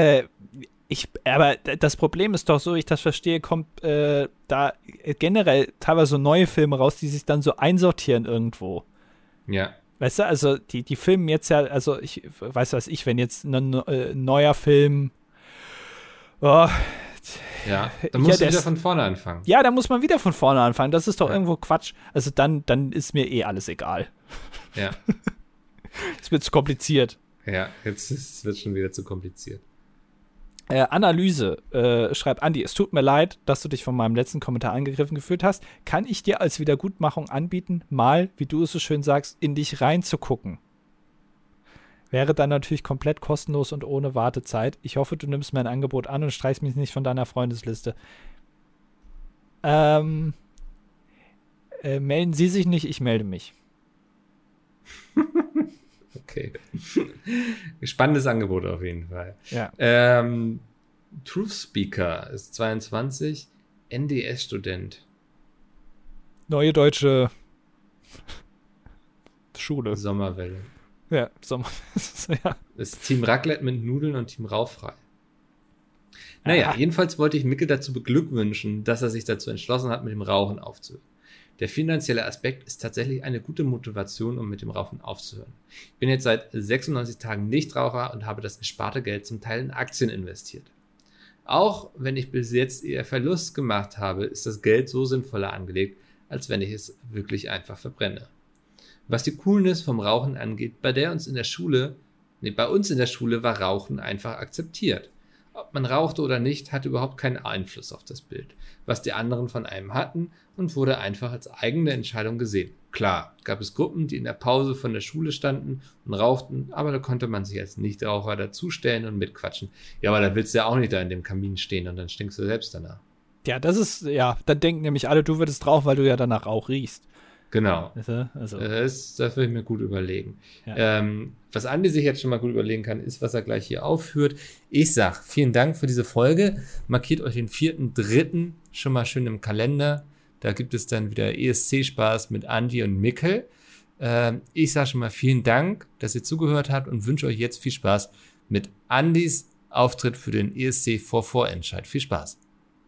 Aber das Problem ist doch so, ich das verstehe, kommt da generell teilweise so neue Filme raus, die sich dann so einsortieren irgendwo. Ja. Weißt du, also die filmen jetzt ja, also ich weiß was ich, wenn jetzt ein neuer Film ja, dann musst du wieder von vorne anfangen. Ja, da muss man wieder von vorne anfangen. Das ist doch irgendwo Quatsch. Also dann ist mir alles egal. Ja. Es wird zu kompliziert. Ja, jetzt wird schon wieder zu kompliziert. Analyse, schreibt Andi, es tut mir leid, dass du dich von meinem letzten Kommentar angegriffen gefühlt hast. Kann ich dir als Wiedergutmachung anbieten, mal, wie du es so schön sagst, in dich reinzugucken? Wäre dann natürlich komplett kostenlos und ohne Wartezeit. Ich hoffe, du nimmst mein Angebot an und streichst mich nicht von deiner Freundesliste. Melden Sie sich nicht, ich melde mich. Okay. Spannendes Angebot auf jeden Fall. Ja. Truth Speaker ist 22, NDS-Student. Neue deutsche Schule. Sommerwelle. Ja, ja. Das Team Raclette mit Nudeln und Team Rauchfrei. Naja, jedenfalls wollte ich Mickel dazu beglückwünschen, dass er sich dazu entschlossen hat, mit dem Rauchen aufzuhören. Der finanzielle Aspekt ist tatsächlich eine gute Motivation, um mit dem Rauchen aufzuhören. Ich bin jetzt seit 96 Tagen Nichtraucher und habe das gesparte Geld zum Teil in Aktien investiert. Auch wenn ich bis jetzt eher Verlust gemacht habe, ist das Geld so sinnvoller angelegt, als wenn ich es wirklich einfach verbrenne. Was die Coolness vom Rauchen angeht, bei uns in der Schule war Rauchen einfach akzeptiert. Ob man rauchte oder nicht, hatte überhaupt keinen Einfluss auf das Bild, was die anderen von einem hatten und wurde einfach als eigene Entscheidung gesehen. Klar, gab es Gruppen, die in der Pause von der Schule standen und rauchten, aber da konnte man sich als Nichtraucher dazustellen und mitquatschen. Ja, aber da willst du ja auch nicht da in dem Kamin stehen und dann stinkst du selbst danach. Ja, dann denken nämlich alle, du würdest rauchen, weil du ja danach auch riechst. Genau. Also. Das will ich mir gut überlegen. Ja. Was Andi sich jetzt schon mal gut überlegen kann, ist, was er gleich hier aufführt. Ich sag, vielen Dank für diese Folge. Markiert euch den 4.3. schon mal schön im Kalender. Da gibt es dann wieder ESC-Spaß mit Andi und Mickel. Ich sag schon mal vielen Dank, dass ihr zugehört habt und wünsche euch jetzt viel Spaß mit Andis Auftritt für den ESC Vorentscheid. Viel Spaß.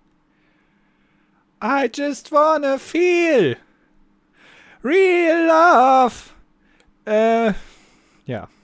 I just wanna feel real love. Ja.